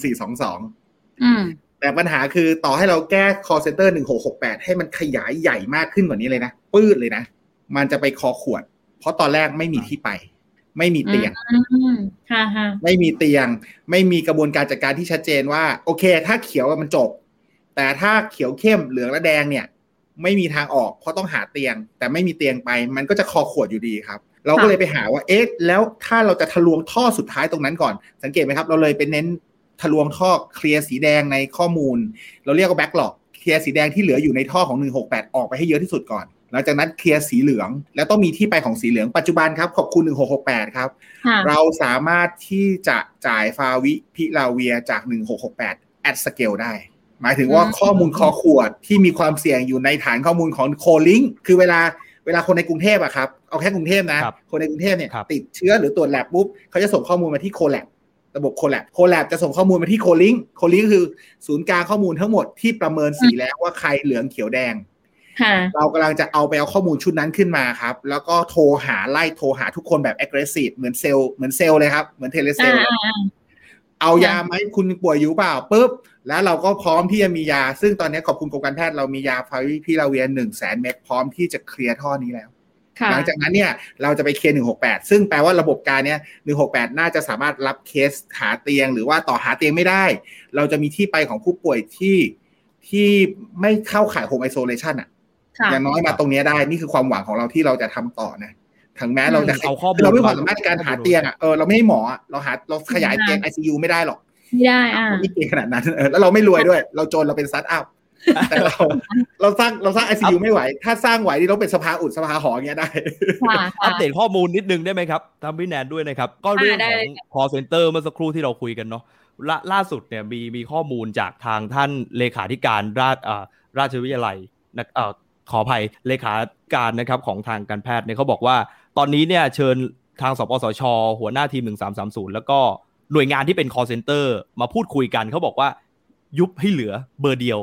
1422แต่ปัญหาคือต่อให้เราแก้ call center 1668ให้มันขยายใหญ่มากขึ้นกว่านี้เลยนะปื้ดเลยนะมันจะไปคอขวดเพราะตอนแรกไม่มีที่ไปไม่มีเตียงไม่มีเตียงไม่มีกระบวนการจัดการที่ชัดเจนว่าโอเคถ้าเขียวมันจบแต่ถ้าเขียวเข้มเหลืองและแดงเนี่ยไม่มีทางออกเพราะต้องหาเตียงแต่ไม่มีเตียงไปมันก็จะคอขวดอยู่ดีครับเราก็เลยไปหาว่าแล้วถ้าเราจะทะลวงท่อสุดท้ายตรงนั้นก่อนสังเกตไหมครับเราเลยไปเน้นทะลวงท่อเคลียร์สีแดงในข้อมูลเราเรียกว่าแบ็คล็อกเคลียร์สีแดงที่เหลืออยู่ในท่อของ168ออกไปให้เยอะที่สุดก่อนหลังจากนั้นเคลียร์สีเหลืองแล้วต้องมีที่ไปของสีเหลืองปัจจุบันครับขอบคุณ1668ครับเราสามารถที่จะจ่ายฟาวิพิลาเวียจาก1668 at scale ได้หมายถึงว่าข้อมูลคอขวดที่มีความเสี่ยงอยู่ในฐานข้อมูลของโคลิงคือเวลาคนในกรุงเทพอะครับเอาแค่กรุงเทพนะคนในกรุงเทพเนี่ยติดเชื้อหรือตรวจแลบปุ๊บเขาจะส่งข้อมูลมาที่โคแลบระบบโคแลบจะส่งข้อมูลมาที่โคลิงคือศูนย์กลางข้อมูลทั้งหมดที่ประเมินสีแล้วว่าใครเหลืองเขียวแดงเรากำลังจะเอาข้อมูลชุดนั้นขึ้นมาครับแล้วก็โทรหาทุกคนแบบ aggressive เหมือนเซลล์เลยครับเหมือนเทเลเซลเอายาไหมคุณป่วยอยู่เปล่าปุ๊บแล้วเราก็พร้อมที่จะมียาซึ่งตอนนี้ขอบคุณกรมการแพทย์เรามียาฟาวิพิลาเวีย 100,000 เม็ดพร้อมที่จะเคลียร์ท่อนี้แล้วหลังจากนั้นเนี่ยเราจะไปเคลียร์168ซึ่งแปลว่าระบบการเนี้ย168น่าจะสามารถรับเคสหาเตียงหรือว่าต่อหาเตียงไม่ได้เราจะมีที่ไปของผู้ป่วยที่ไม่เข้าข่ายโฮมไอโซเลชันอย่างน้อยมาตรงนี้ได้นี่คือความหวังของเราที่เราจะทำต่อนะถึงแม้เราจะเราไม่ความสามารถในการหาเตียงเราไม่ให้หมอเราขยายเตียง ICU ไม่ได้หรอก
ไม่ได้
ไม่เก่งขนาดนั้นแล้วเราไม่รวยด้วยเราจนเราเป็นสตาร์ทอัพแต่เราสร้าง ICU ไม่ไหวถ้าสร้างไหวนี่ต้องเป็นสภาอุดสภาหออย่างเงี้ยได้
อัปเดตข้อมูลนิดนึงได้ไหมครับทำพี่แนนด้วยนะครับก็เรื่องของ call center เมื่อสักครู่ที่เราคุยกันเนาะล่าสุดเนี่ยมีข้อมูลจากทางท่านเลขาธิการราชวิทยาลัยขออภัยเลขาการนะครับของทางการแพทย์เนี่ยเขาบอกว่าตอนนี้เนี่ยเชิญทางสปสช.หัวหน้าทีม1330แล้วก็หน่วยงานที่เป็น call center มาพูดคุยกันเขาบอกว่ายุบให้เหลือเบอร์เดียว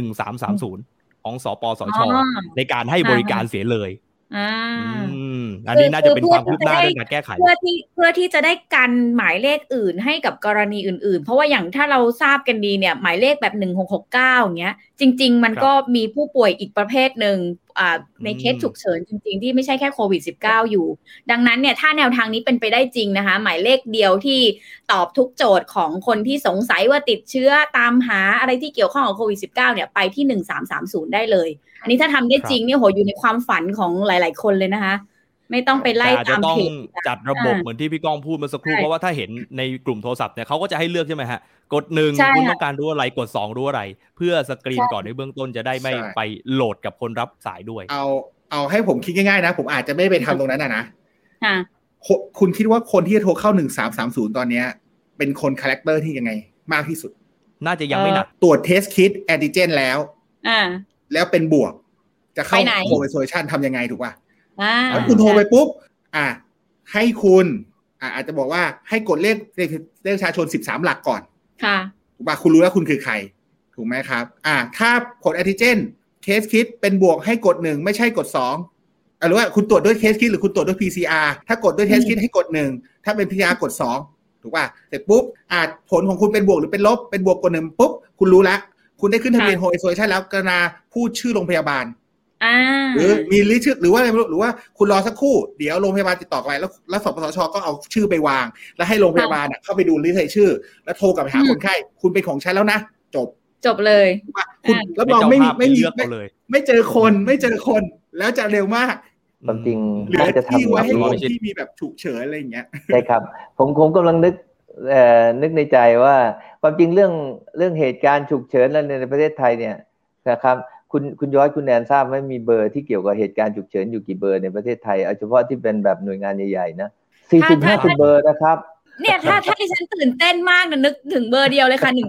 1330ของสปสช.ในการให้บริการเสียเลยอันนี้น่าจะเป็นความคืบหน้าเรื่องการแก้ไข
เพื่อที่จะได้กันหมายเลขอื่นให้กับกรณีอื่นๆเพราะว่าอย่างถ้าเราทราบกันดีเนี่ยหมายเลขแบบ1669อย่างเงี้ยจริงๆมันก็มีผู้ป่วยอีกประเภทหนึ่งในเคสฉุกเฉินจริงๆที่ไม่ใช่แค่โควิด19อยู่ดังนั้นเนี่ยถ้าแนวทางนี้เป็นไปได้จริงนะคะหมายเลขเดียวที่ตอบทุกโจทย์ของคนที่สงสัยว่าติดเชื้อตามหาอะไรที่เกี่ยวข้องกับโควิด19เนี่ยไปที่1330ได้เลยอันนี้ถ้าทำได้จริงเนี่ยโหอยู่ในความฝันของหลายๆคนเลยนะคะไม่ต้องไปไล่ตามเพจ
จัดระบบเหมือนที่พี่ก้องพูดเมื่อสักครู่เพราะว่าถ้าเห็นในกลุ่มโทรศัพท์เนี่ยเขาก็จะให้เลือกใช่ไหมฮะกด1คุณต้องการรู้อะไรกด2รู้อะไรเพื่อสกรีนก่อนในเบื้องต้นจะได้ไม่ไปโหลดกับคนรับสายด้วย
เอาให้ผมคิดง่ายๆนะผมอาจจะไม่ไปทำตรงนั้นนะคุณคิดว่าคนที่จะโทรเข้า1330ตอนนี้เป็นคนคาแรคเตอร์ที่ยังไงมากที่สุด
น่าจะยังไม่หนัก
ตรวจเทสคิทแอนติเจนแล้วเป็นบวกจะเข้าโควิดโซลูชันทำยังไงถูกป่ะแล้วคุณโทรไปปุ๊บให้คุณอาจจะบอกว่าให้กดเลขประชาชน13หลักก่อนถูกป่ะคุณรู้แล้วคุณคือใครถูกไหมครับถ้าผลแอนติเจนเคสคิดเป็นบวกให้กด1ไม่ใช่กด2หรือว่าคุณตรวจด้วยเคสคิดหรือคุณตรวจด้วย PCR ถ้ากดด้วยเคสคิดให้กด1ถ้าเป็น PCR กด2ถูกป่ะเสร็จปุ๊บผลของคุณเป็นบวกหรือเป็นลบเป็นบวกกด1ปุ๊บคุณรู้แล้วคุณได้ขึ้นทะเบียน Whole Isolation แล้วกรุณาพูดชื่อโรงพยาบาลหรือมีลิสต์ชื่อหรือว่าอะไรไม่รู้หรือว่าคุณรอสักครู่เดี๋ยวโรงพยาบาลติดต่อไปแล้วสปสช.ก็เอาชื่อไปวางแล้วให้โรงพยาบาลเข้าไปดูลิสต์ชื่อแล้วโทรกลับไปหาคนไข้คุณเป็นของฉันแล้วนะจบเลยคุณรับรองไม่เจอคนแล้วจะเร็วมาก
ความจริง
เหลือที่ไว้ให้คนที่มีแบบฉุกเฉินอะไรอย่างเงี้ย
ใช่ครับผมกำลังนึกในใจว่าความจริงเรื่องเหตุการณ์ฉุกเฉินในประเทศไทยเนี่ยนะครับคุณย้อยคุณแนนทราบไหมมีเบอร์ที่เกี่ยวกับเหตุการณ์ฉุกเฉินอยู่กี่เบอร์ในประเทศไทยเอาเฉพาะที่เป็นแบบหน่วยงานใหญ่ๆนะ40-50เบอร์นะครับ
เนี่ยถ้าที่ฉันตื่นเต้นมากนะนึกถึงเบอร์เดียวเลยค่ะ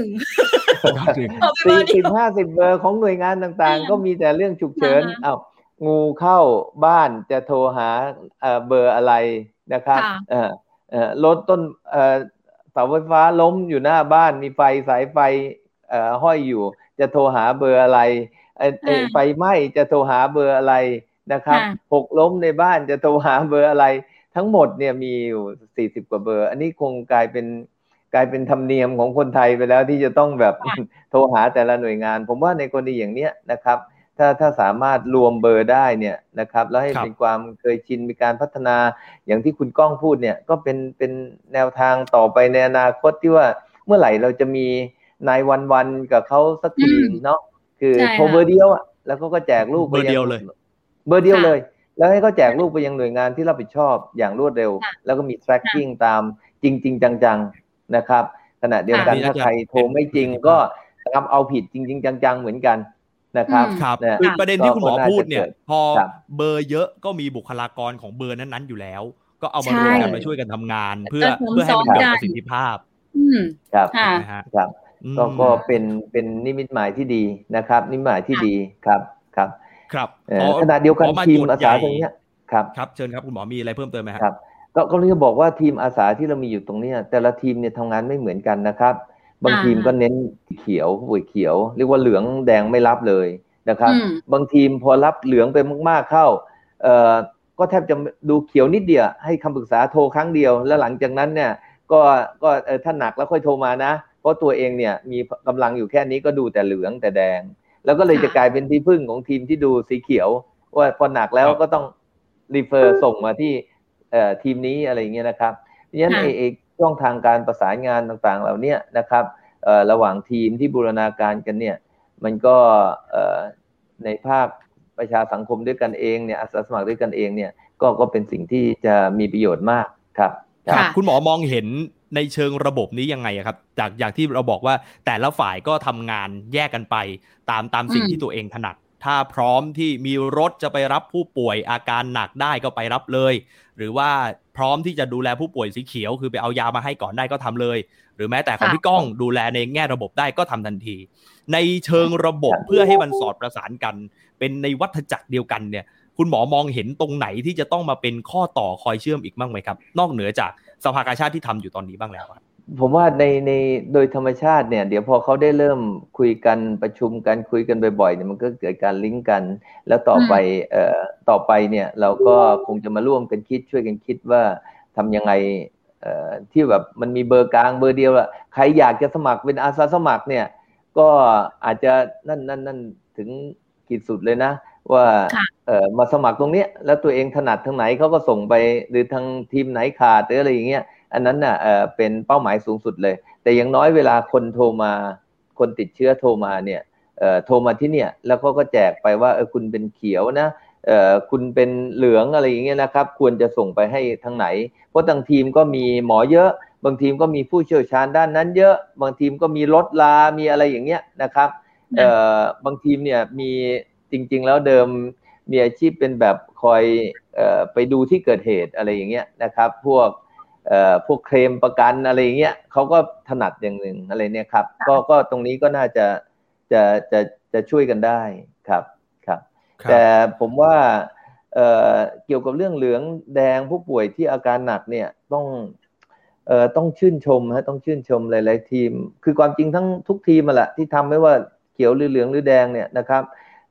191
40-50เบอร์ของหน่วยงานต่างๆก็มีแต่เรื่องฉุกเฉินงูเข้าบ้านจะโทรหาเบอร์อะไรนะครับรถต้นเสาไฟฟ้าล้มอยู่หน้าบ้านมีสายไฟห้อยอยู่จะโทรหาเบอร์อะไรไฟไหม้จะโทรหาเบอร์อะไรนะครับหกล้มในบ้านจะโทรหาเบอร์อะไรทั้งหมดเนี่ยมีอยู่40กว่าเบอร์อันนี้คงกลายเป็นธรรมเนียมของคนไทยไปแล้วที่จะต้องแบบโทรหาแต่ละหน่วยงานผมว่าในกรณีอย่างเนี้ยนะครับถ้าสามารถรวมเบอร์ได้เนี่ยนะครับแล้วให้เป็นความเคยชินมีการพัฒนาอย่างที่คุณก้องพูดเนี่ยก็เป็นแนวทางต่อไปในอนาคตที่ว่าเมื่อไหร่เราจะมีนายวันกับเขาสักทีเนาะคือโทรเบอร์เดียวแล้วก็แจกลูก
เบอร์เดียวเลย
แล้วให้เขาแจกลูกไปยังหน่วยงานที่รับผิดชอบอย่างรวดเร็วแล้วก็มี tracking ตามจริงจังๆนะครับขณะเดียวกันถ้าใครโทรไม่จริงก็ทำเอาผิดจริงจังๆเหมือนกันนะครับ
คือประเด็นที่คุณหมอพูดเนี่ยพอเบอร์เยอะก็มีบุคลากรของเบอร์นั้นๆอยู่แล้วก็เอามารวมกันมาช่วยกันทำงานเพื่อให้มันเกิดประสิทธิภาพ
ครับก็เป็นนิมิตหมายที่ดีนะครับนิมิตหมายที่ดีครับขณะเดียวกันทีมอาสาตรงนี้
ครับเชิญครับคุณหมอมีอะไรเพิ่มเติมไหม
ครับก็เลยจะบอกว่าทีมอาสาที่เรามีอยู่ตรงนี้แต่ละทีมเนี่ยทำงานไม่เหมือนกันนะครับบางทีมก็เน้นเขียวป่วยเขียวเรียกว่าเหลืองแดงไม่รับเลยนะครับบางทีมพอรับเหลืองไปมากๆเข้าก็แทบจะดูเขียวนิดเดียวให้คำปรึกษาโทรครั้งเดียวแล้วหลังจากนั้นเนี่ยก็ถ้าหนักแล้วค่อยโทรมานะเพราะตัวเองเนี่ยมีกำลังอยู่แค่นี้ก็ดูแต่เหลืองแต่แดงแล้วก็เลยจะกลายเป็นที่พึ่งของทีมที่ดูสีเขียวว่าพอหนักแล้วก็ต้องรีเฟอร์ส่งมาที่ทีมนี้อะไรอย่างเงี้ยนะครับเพราะฉะนั้นช่องทางการประสานงานต่างๆเหล่านี้นะครับระหว่างทีมที่บูรณาการกันเนี่ยมันก็ในภาคประชาสังคมด้วยกันเองเนี่ยอาสาสมัครด้วยกันเองเนี่ยก็เป็นสิ่งที่จะมีประโยชน์มากครับ
คุณหมอมองเห็นในเชิงระบบนี้ยังไงครับจากที่เราบอกว่าแต่ละฝ่ายก็ทำงานแยกกันไปตามสิ่งที่ตัวเองถนัดถ้าพร้อมที่มีรถจะไปรับผู้ป่วยอาการหนักได้ก็ไปรับเลยหรือว่าพร้อมที่จะดูแลผู้ป่วยสีเขียวคือไปเอายามาให้ก่อนได้ก็ทำเลยหรือแม้แต่ของพี่ก้องดูแลในแง่ระบบได้ก็ทำทันทีในเชิงระบบเพื่อให้มันสอดประสานกันเป็นในวัฏจักรเดียวกันเนี่ยคุณหมอมองเห็นตรงไหนที่จะต้องมาเป็นข้อต่อคอยเชื่อมอีกบ้างไหมครับนอกเหนือจากสภากาชาดที่ทำอยู่ตอนนี้บ้างแล้ว
ผมว่าในโดยธรรมชาติเนี่ยเดี๋ยวพอเขาได้เริ่มคุยกันประชุมกันคุยกันบ่อยๆเนี่ยมันก็เกิดการลิงก์กันแล้วต่อไปเนี่ยเราก็คงจะมาร่วมกันคิดช่วยกันคิดว่าทำยังไงที่แบบมันมีเบอร์กลางเบอร์เดียวอะใครอยากจะสมัครเป็นอาสาสมัครเนี่ยก็อาจจะนั่นถึงขีดสุดเลยนะว่ามาสมัครตรงเนี้ยแล้วตัวเองถนัดทางไหนเขาก็ส่งไปหรือทางทีมไหนขาดหรืออะไรอย่างเงี้ยอันนั้นน่ะเป็นเป้าหมายสูงสุดเลยแต่อย่างน้อยเวลาคนโทรมาคนติดเชื้อโทรมาเนี่ยโทรมาที่เนี่ยแล้วก็แจกไปว่าคุณเป็นเขียวนะคุณเป็นเหลืองอะไรอย่างเงี้ยนะครับควรจะส่งไปให้ทางไหนเพราะทางทีมก็มีหมอเยอะบางทีมก็มีผู้เชี่ยวชาญด้านนั้นเยอะบางทีมก็มีรถลามีอะไรอย่างเงี้ยนะครับบางทีมเนี่ยมีจริงๆแล้วเดิมมีอาชีพเป็นแบบคอยไปดูที่เกิดเหตุอะไรอย่างเงี้ยนะครับพวกเคลมประกันอะไรอย่างเงี้ยเขาก็ถนัดอย่างหนึ่งอะไรเนี่ยครับก็ตรงนี้ก็น่าจะช่วยกันได้ครับแต่ผมว่าเกี่ยวกับเรื่องเหลืองแดงผู้ป่วยที่อาการหนักเนี่ยต้องชื่นชมต้องชื่นชมหลายๆทีมคือความจริงทั้งทุกทีมแหละที่ทำไม่ว่าเขียวหรือเหลืองหรือแดงเนี่ยนะครับ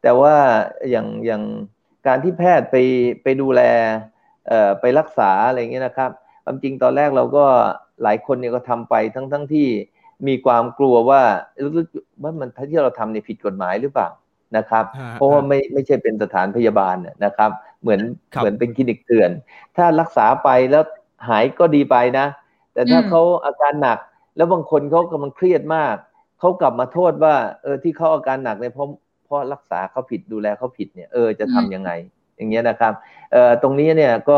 แต่ว่าอย่างการที่แพทย์ไปดูแลไปรักษาอะไรเงี้ยนะครับความจริงตอนแรกเราก็หลายคนเนี่ยก็ทำไปทั้งที่มีความกลัวว่ามันที่เราทำเนี่ยผิดกฎหมายหรือเปล่านะครับเพราะว่าไม่ใช่เป็นสถานพยาบาลนะครับเหมือนเป็นคลินิกเถื่อนถ้ารักษาไปแล้วหายก็ดีไปนะแต่ถ้าเขาอาการหนักแล้วบางคนเขากำลังเครียดมากเขากลับมาโทษว่าที่เขาอาการหนักเนี่ยเพราะรักษาเขาผิดดูแลเขาผิดเนี่ยจะทำยังไงอย่างเงี้ยนะครับตรงนี้เนี่ยก็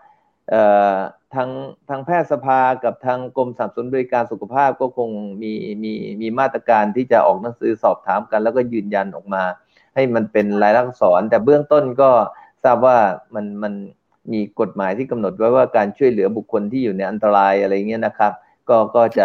ทางแพทยสภากับทางกรมสนับสนุนบริการสุขภาพก็คงมีมาตรการที่จะออกหนังสือสอบถามกันแล้วก็ยืนยันออกมาให้มันเป็นลายลักษณ์อักษรแต่เบื้องต้นก็ทราบว่ามันมีกฎหมายที่กำหนดไว้ว่าการช่วยเหลือบุคคลที่อยู่ในอันตรายอะไรเงี้ยนะครับก็จะ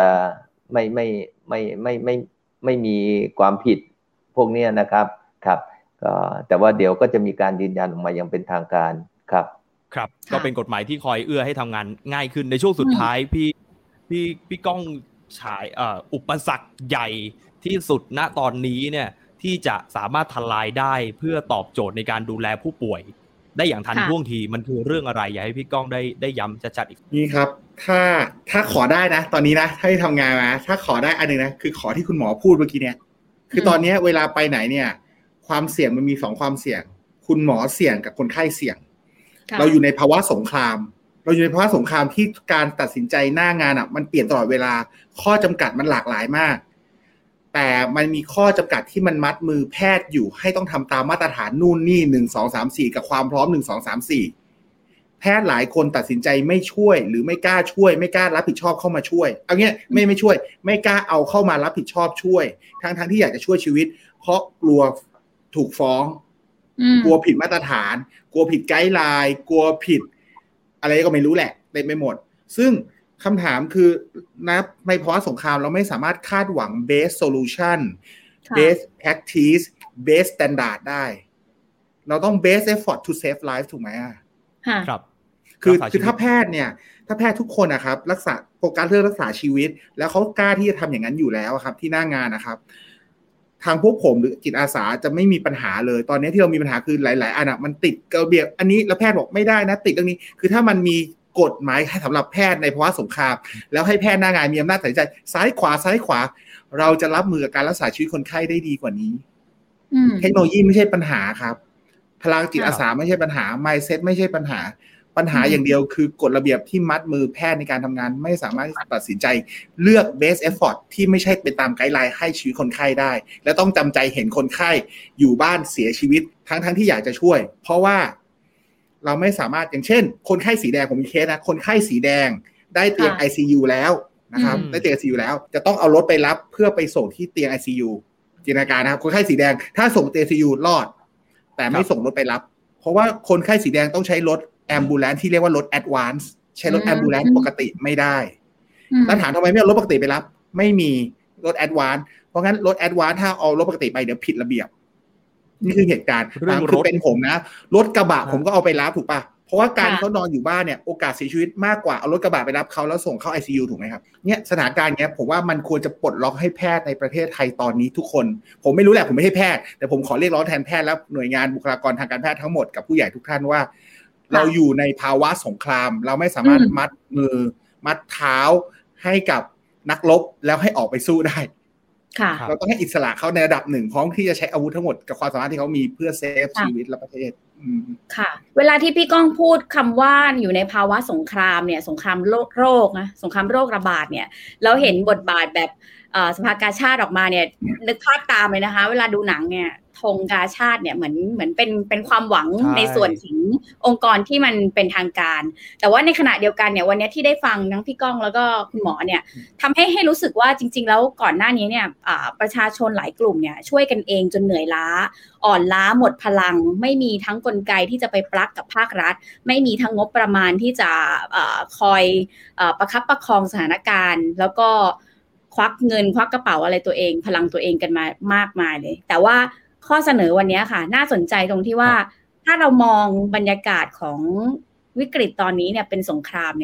ไม่มีความผิดพวกนี้นะครับครับก็แต่ว่าเดี๋ยวก็จะมีการยืนยันออกมาอย่างเป็นทางการครับ
ครับก็เป็นกฎหมายที่คอยเอื้อให้ทำงานง่ายขึ้นในช่วงสุดท้ายพี่ก้องฉายอุปสรรคใหญ่ที่สุดณตอนนี้เนี่ยที่จะสามารถทลายได้เพื่อตอบโจทย์ในการดูแลผู้ป่วยได้อย่างทันท่วงทีมันคือเรื่องอะไรอยากให้พี่ก้องได้ย้ำชัดๆอีก
นี่ครับถ้าขอได้นะตอนนี้นะถ้าทำงานมาถ้าขอได้อันนึงนะคือขอที่คุณหมอพูดเมื่อกี้เนี่ยคือตอนนี้เวลาไปไหนเนี่ยความเสี่ยงมันมี2ความเสี่ยงคุณหมอเสี่ยงกับคนไข้เสี่ยงเราอยู่ในภาวะสงครามที่การตัดสินใจหน้างานมันเปลี่ยนตลอดเวลาข้อจำกัดมันหลากหลายมากแต่มันมีข้อจำกัดที่มันมัดมือแพทย์อยู่ให้ต้องทำตามมาตรฐานนู่นนี่1 2 3 4กับความพร้อม1 2 3 4แพทย์หลายคนตัดสินใจไม่ช่วยหรือไม่กล้าช่วยไม่กล้ารับผิดชอบเข้ามาช่วยเอาเงี้ยไม่ช่วยไม่กล้าเอาเข้ามารับผิดชอบช่วยทั้งที่อยากจะช่วยชีวิตเพราะกลัวถูกฟ้องกลัวผิดมาตรฐานกลัวผิดไกด์ไลน์กลัวผิดอะไรก็ไม่รู้แหละเต็มไปหมดซึ่งคำถามคือนะในภาวะสงครามเราไม่สามารถคาดหวัง best solution best practice best standard ได้เราต้อง best effort to save life ถูกไหม
ครับ
คือถ้าแพทย์เนี่ยถ้าแพทย์ทุกคนนะครับรักษาโฟกัสเรื่องรักษาชีวิตแล้วเขากล้าที่จะทำอย่างนั้นอยู่แล้วครับที่หน้างานนะครับทางพวกผมหรือจิตอาสาจะไม่มีปัญหาเลยตอนนี้ที่เรามีปัญหาคือหลายๆอันมันติดระเบียบอันนี้แล้วแพทย์บอกไม่ได้นะติดเรื่องนี้คือถ้ามันมีกฎหมายให้สำหรับแพทย์ในภาวะสงครามแล้วให้แพทย์หน้างานมีอำนาจตัดสินใจซ้ายขวาเราจะรับมือกับการรักษาชีวิตคนไข้ได้ดีกว่านี้เทคโนโลยีไม่ใช่ปัญหาครับพลังจิตอาสาไม่ใช่ปัญหา mindset ไม่ใช่ปัญหาอย่างเดียวคือกฎระเบียบที่มัดมือแพทย์ในการทำงานไม่สามารถตัดสินใจเลือก best effort ที่ไม่ใช่ไปตามไกด์ไลน์ให้ชีวิตคนไข้ได้และต้องจำใจเห็นคนไข้อยู่บ้านเสียชีวิตทั้งที่อยากจะช่วยเพราะว่าเราไม่สามารถอย่างเช่นคนไข้สีแดงผมมีเคสนะคนไข้สีแดงได้เตียง ICU แล้วนะครับได้เตียง ICU แล้วจะต้องเอารถไปรับเพื่อไปส่งที่เตียง ICU จินตนาการนะครับคนไข้สีแดงถ้าส่งเตียง ICU รอดแต่ไม่ส่งรถไปรับเพราะว่าคนไข้สีแดงต้องใช้รถแอมบูแลนซ์ที่เรียกว่ารถแอดวานซ์ใช้รถแอมบูแลนซ์ปกติไม่ได้แล้วถามทำไมไม่เอารถปกติไปรับไม่มีรถแอดวานซ์เพราะงั้นรถแอดวานซ์ถ้าเอารถปกติไปเดี๋ยวผิดระเบียบนี่คือเหตุการณ์คือเป็นผมนะรถกระบะผมก็เอาไปรับถูกป่ะเพราะว่าการเขานอนอยู่บ้านเนี่ยโอกาสเสียชีวิตมากกว่าเอารถกระบะไปรับเขาแล้วส่งเข้า ICU ถูกไหมครับเนี่ยสถานการณ์เนี้ยผมว่ามันควรจะปลดล็อกให้แพทย์ในประเทศไทยตอนนี้ทุกคนผมไม่รู้แหละผมไม่ใช่แพทย์แต่ผมขอเรียกร้องแทนแพทย์และหน่วยงานบุคลากรทางการแพทย์ทั้งหมดกับผู้ใหญ่ทุกท่านว่าเราอยู่ในภาวะสงครามเราไม่สามารถมัดมือมัดเท้าให้กับนักรบแล้วให้ออกไปสู้ได้เราต้องให้อิสระเขาในระดับหนึ่งพร้อมที่จะใช้อาวุธทั้งหมดกับความสามารถที่เขามีเพื่อเซฟชีวิตและประเทศ
ค่ะเวลาที่พี่ก้องพูดคำว่าอยู่ในภาวะสงครามเนี่ยสงครามโรคนะสงครามโรคระบาดเนี่ยเราเห็นบทบาทแบบสภากาชาดออกมาเนี่ยนึกภาพตามเลยนะคะเวลาดูหนังเนี่ยธงกาชาดเนี่ยเหมือนเป็นความหวังในส่วนขององค์กรที่มันเป็นทางการแต่ว่าในขณะเดียวกันเนี่ยวันนี้ที่ได้ฟังทั้งพี่ก้องแล้วก็คุณหมอเนี่ยทำให้รู้สึกว่าจริงๆแล้วก่อนหน้านี้เนี่ยประชาชนหลายกลุ่มเนี่ยช่วยกันเองจนเหนื่อยล้าอ่อนล้าหมดพลังไม่มีทั้งกลไกที่จะไปปลั๊กกับภาครัฐไม่มีทั้งงบประมาณที่จะคอยประคับประคองสถานการณ์แล้วก็ควักเงินควักกระเป๋าอะไรตัวเองพลังตัวเองกันมามากมายเลยแต่ว่าข้อเสนอวันนี้ค่ะน่าสนใจตรงที่ว่าถ้าเรามองบรรยากาศของวิกฤตตอนนี้เนี่ยเป็นสงครามเนี่ย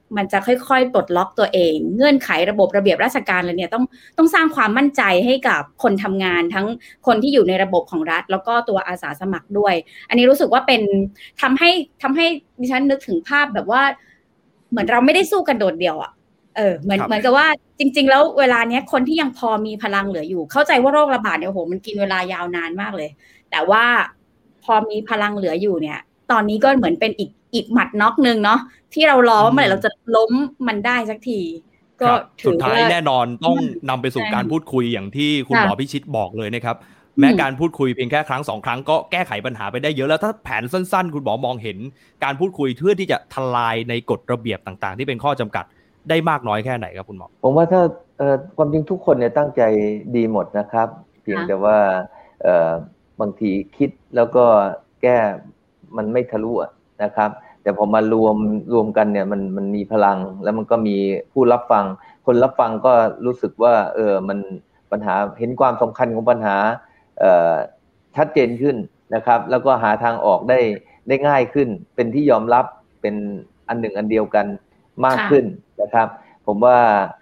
มันจะค่อยๆปลดล็อกตัวเองเงื่อนไขระบบระเบียบราชการเลยเนี่ยต้องสร้างความมั่นใจให้กับคนทำงานทั้งคนที่อยู่ในระบบของรัฐแล้วก็ตัวอาสาสมัครด้วยอันนี้รู้สึกว่าเป็นทำให้ดิฉันนึกถึงภาพแบบว่าเหมือนเราไม่ได้สู้กันโดดเดี่ยวอ่ะเหมือนกับว่าจริงๆแล้วเวลาเนี้ยคนที่ยังพอมีพลังเหลืออยู่เข้าใจว่าโรคระบาดเนี่ยโหมันกินเวลายาวนานมากเลยแต่ว่าพอมีพลังเหลืออยู่เนี่ยตอนนี้ก็เหมือนเป็นอีกหมัดน็อกนึงเนาะที่เรารอว่าเมื่อไหร่เราจะล้มมันได้สักทีก็
สุดท้ายแน่นอนต้องนำไปสู่การพูดคุยอย่างที่คุณหมอพิชิตบอกเลยนะครับแม้การพูดคุยเพียงแค่ครั้ง2ครั้งก็แก้ไขปัญหาไปได้เยอะแล้วถ้าแผนสั้นๆคุณหมอมองเห็นการพูดคุยเพื่อที่จะทลายในกฎระเบียบต่างๆที่เป็นข้อจำกัดได้มากน้อยแค่ไหนครับคุณหมอ
ผมว่าถ้าความจริงทุกคนเนี่ยตั้งใจดีหมดนะครับเพียงแต่ว่าบางทีคิดแล้วก็แก้มันไม่ทะลุนะครับแต่พอมารวมกันเนี่ยมันมีพลังแล้วมันก็มีผู้รับฟังคนรับฟังก็รู้สึกว่ามันปัญหาเห็นความสำคัญของปัญหาชัดเจนขึ้นนะครับแล้วก็หาทางออกได้ง่ายขึ้นเป็นที่ยอมรับเป็นอันหนึ่งอันเดียวกันมากขึ้นนะครับผมว่า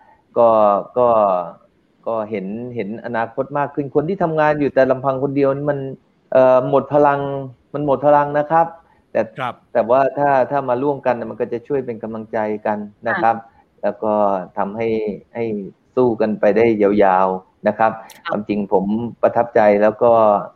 ก็เห็นอนาคตมากขึ้นคนที่ทำงานอยู่แต่ลำพังคนเดียวนี่มันหมดพลังนะครับแต่ว่าถ้ามาร่วมกันมันก็จะช่วยเป็นกำลังใจกันนะครับแล้วก็ทำให้สู้กันไปได้ยาวๆนะครับความจริงผมประทับใจแล้วก็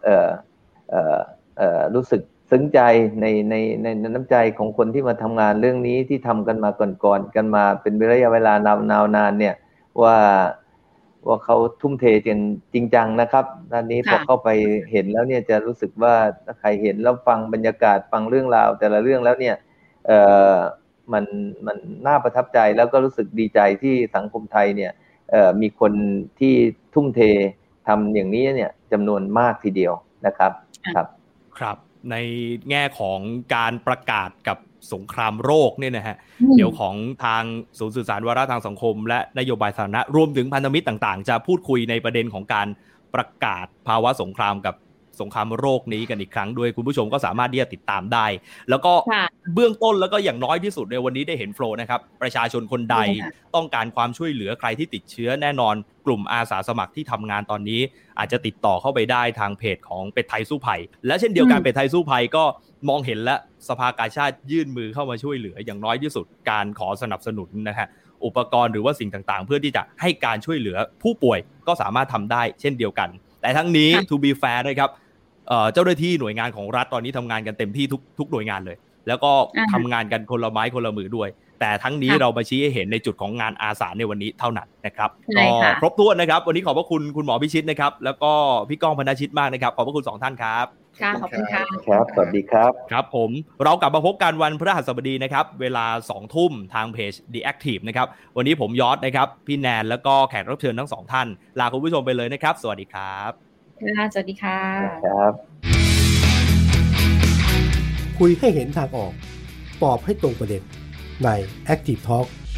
รู้สึกซึ้งใจในน้ำใจของคนที่มาทำงานเรื่องนี้ที่ทำกันมาก่อนกันมาเป็นระยะเวลานานเนี่ยว่าเขาทุ่มเทจริงจังนะครับด้านนี้พอเข้าไปเห็นแล้วเนี่ยจะรู้สึกว่าถ้าใครเห็นแล้วฟังบรรยากาศฟังเรื่องราวแต่ละเรื่องแล้วเนี่ยมันน่าประทับใจแล้วก็รู้สึกดีใจที่สังคมไทยเนี่ยมีคนที่ทุ่มเททำอย่างนี้เนี่ยจำนวนมากทีเดียวนะครับ
ครับในแง่ของการประกาศกับสงครามโรคเนี่ยนะฮะเดี๋ยวของทางศูนย์สื่อสารวาระทางสังคมและนโยบายสาธารณะรวมถึงพันธมิตรต่างๆจะพูดคุยในประเด็นของการประกาศภาวะสงครามกับสงครามโรคนี้กันอีกครั้งด้วยคุณผู้ชมก็สามารถที่จะติดตามได้แล้วก็เบื้องต้นแล้วก็อย่างน้อยที่สุดในวันนี้ได้เห็นโฟลว์นะครับประชาชนคนใดต้องการความช่วยเหลือใครที่ติดเชื้อแน่นอนกลุ่มอาสาสมัครที่ทำงานตอนนี้อาจจะติดต่อเข้าไปได้ทางเพจของเป็ดไทยสู้ภัยและเช่นเดียวกันเป็ดไทยสู้ภัยก็มองเห็นและสภากาชาดยื่นมือเข้ามาช่วยเหลืออย่างน้อยที่สุดการขอสนับสนุนนะฮะอุปกรณ์หรือว่าสิ่งต่างๆเพื่อที่จะให้การช่วยเหลือผู้ป่วยก็สามารถทำได้เช่นเดียวกันแต่ทั้งนี้ to be fair นะครับเจ้าหน้าที่หน่วยงานของรัฐตอนนี้ทำงานกันเต็มที่ทุกหน่วยงานเลยแล้วก็ทำงานกันคนละไม้คนละมือด้วยแต่ทั้งนี้เรามาชี้ให้เห็นในจุดของงานอาสาในวันนี้เท่านั้นนะครับก็ครบถ้วนนะครับวันนี้ขอบพระคุณคุณหมอพิชิตนะครับแล้วก็พี่ก้องพนชิตมากนะครับขอบพระคุณ2ท่านครับ
ค่ะขอบคุณค่ะ
ครับสวัสดีครับ
ครับผมเรากลับมาพบกันวันพฤหัสบดีนะครับเวลา 20:00 นทางเพจ The Active นะครับวันนี้ผมยอดนะครับพี่แนนแล้วก็แขกรับเชิญทั้ง2ท่านลาคุณผู้ชมไปเลยนะครับสวัสดีครับ
สวัสดีค่ะ
ครับ
คุยให้เห็นทางออกตอบให้ตรงประเด็นใน Active Talk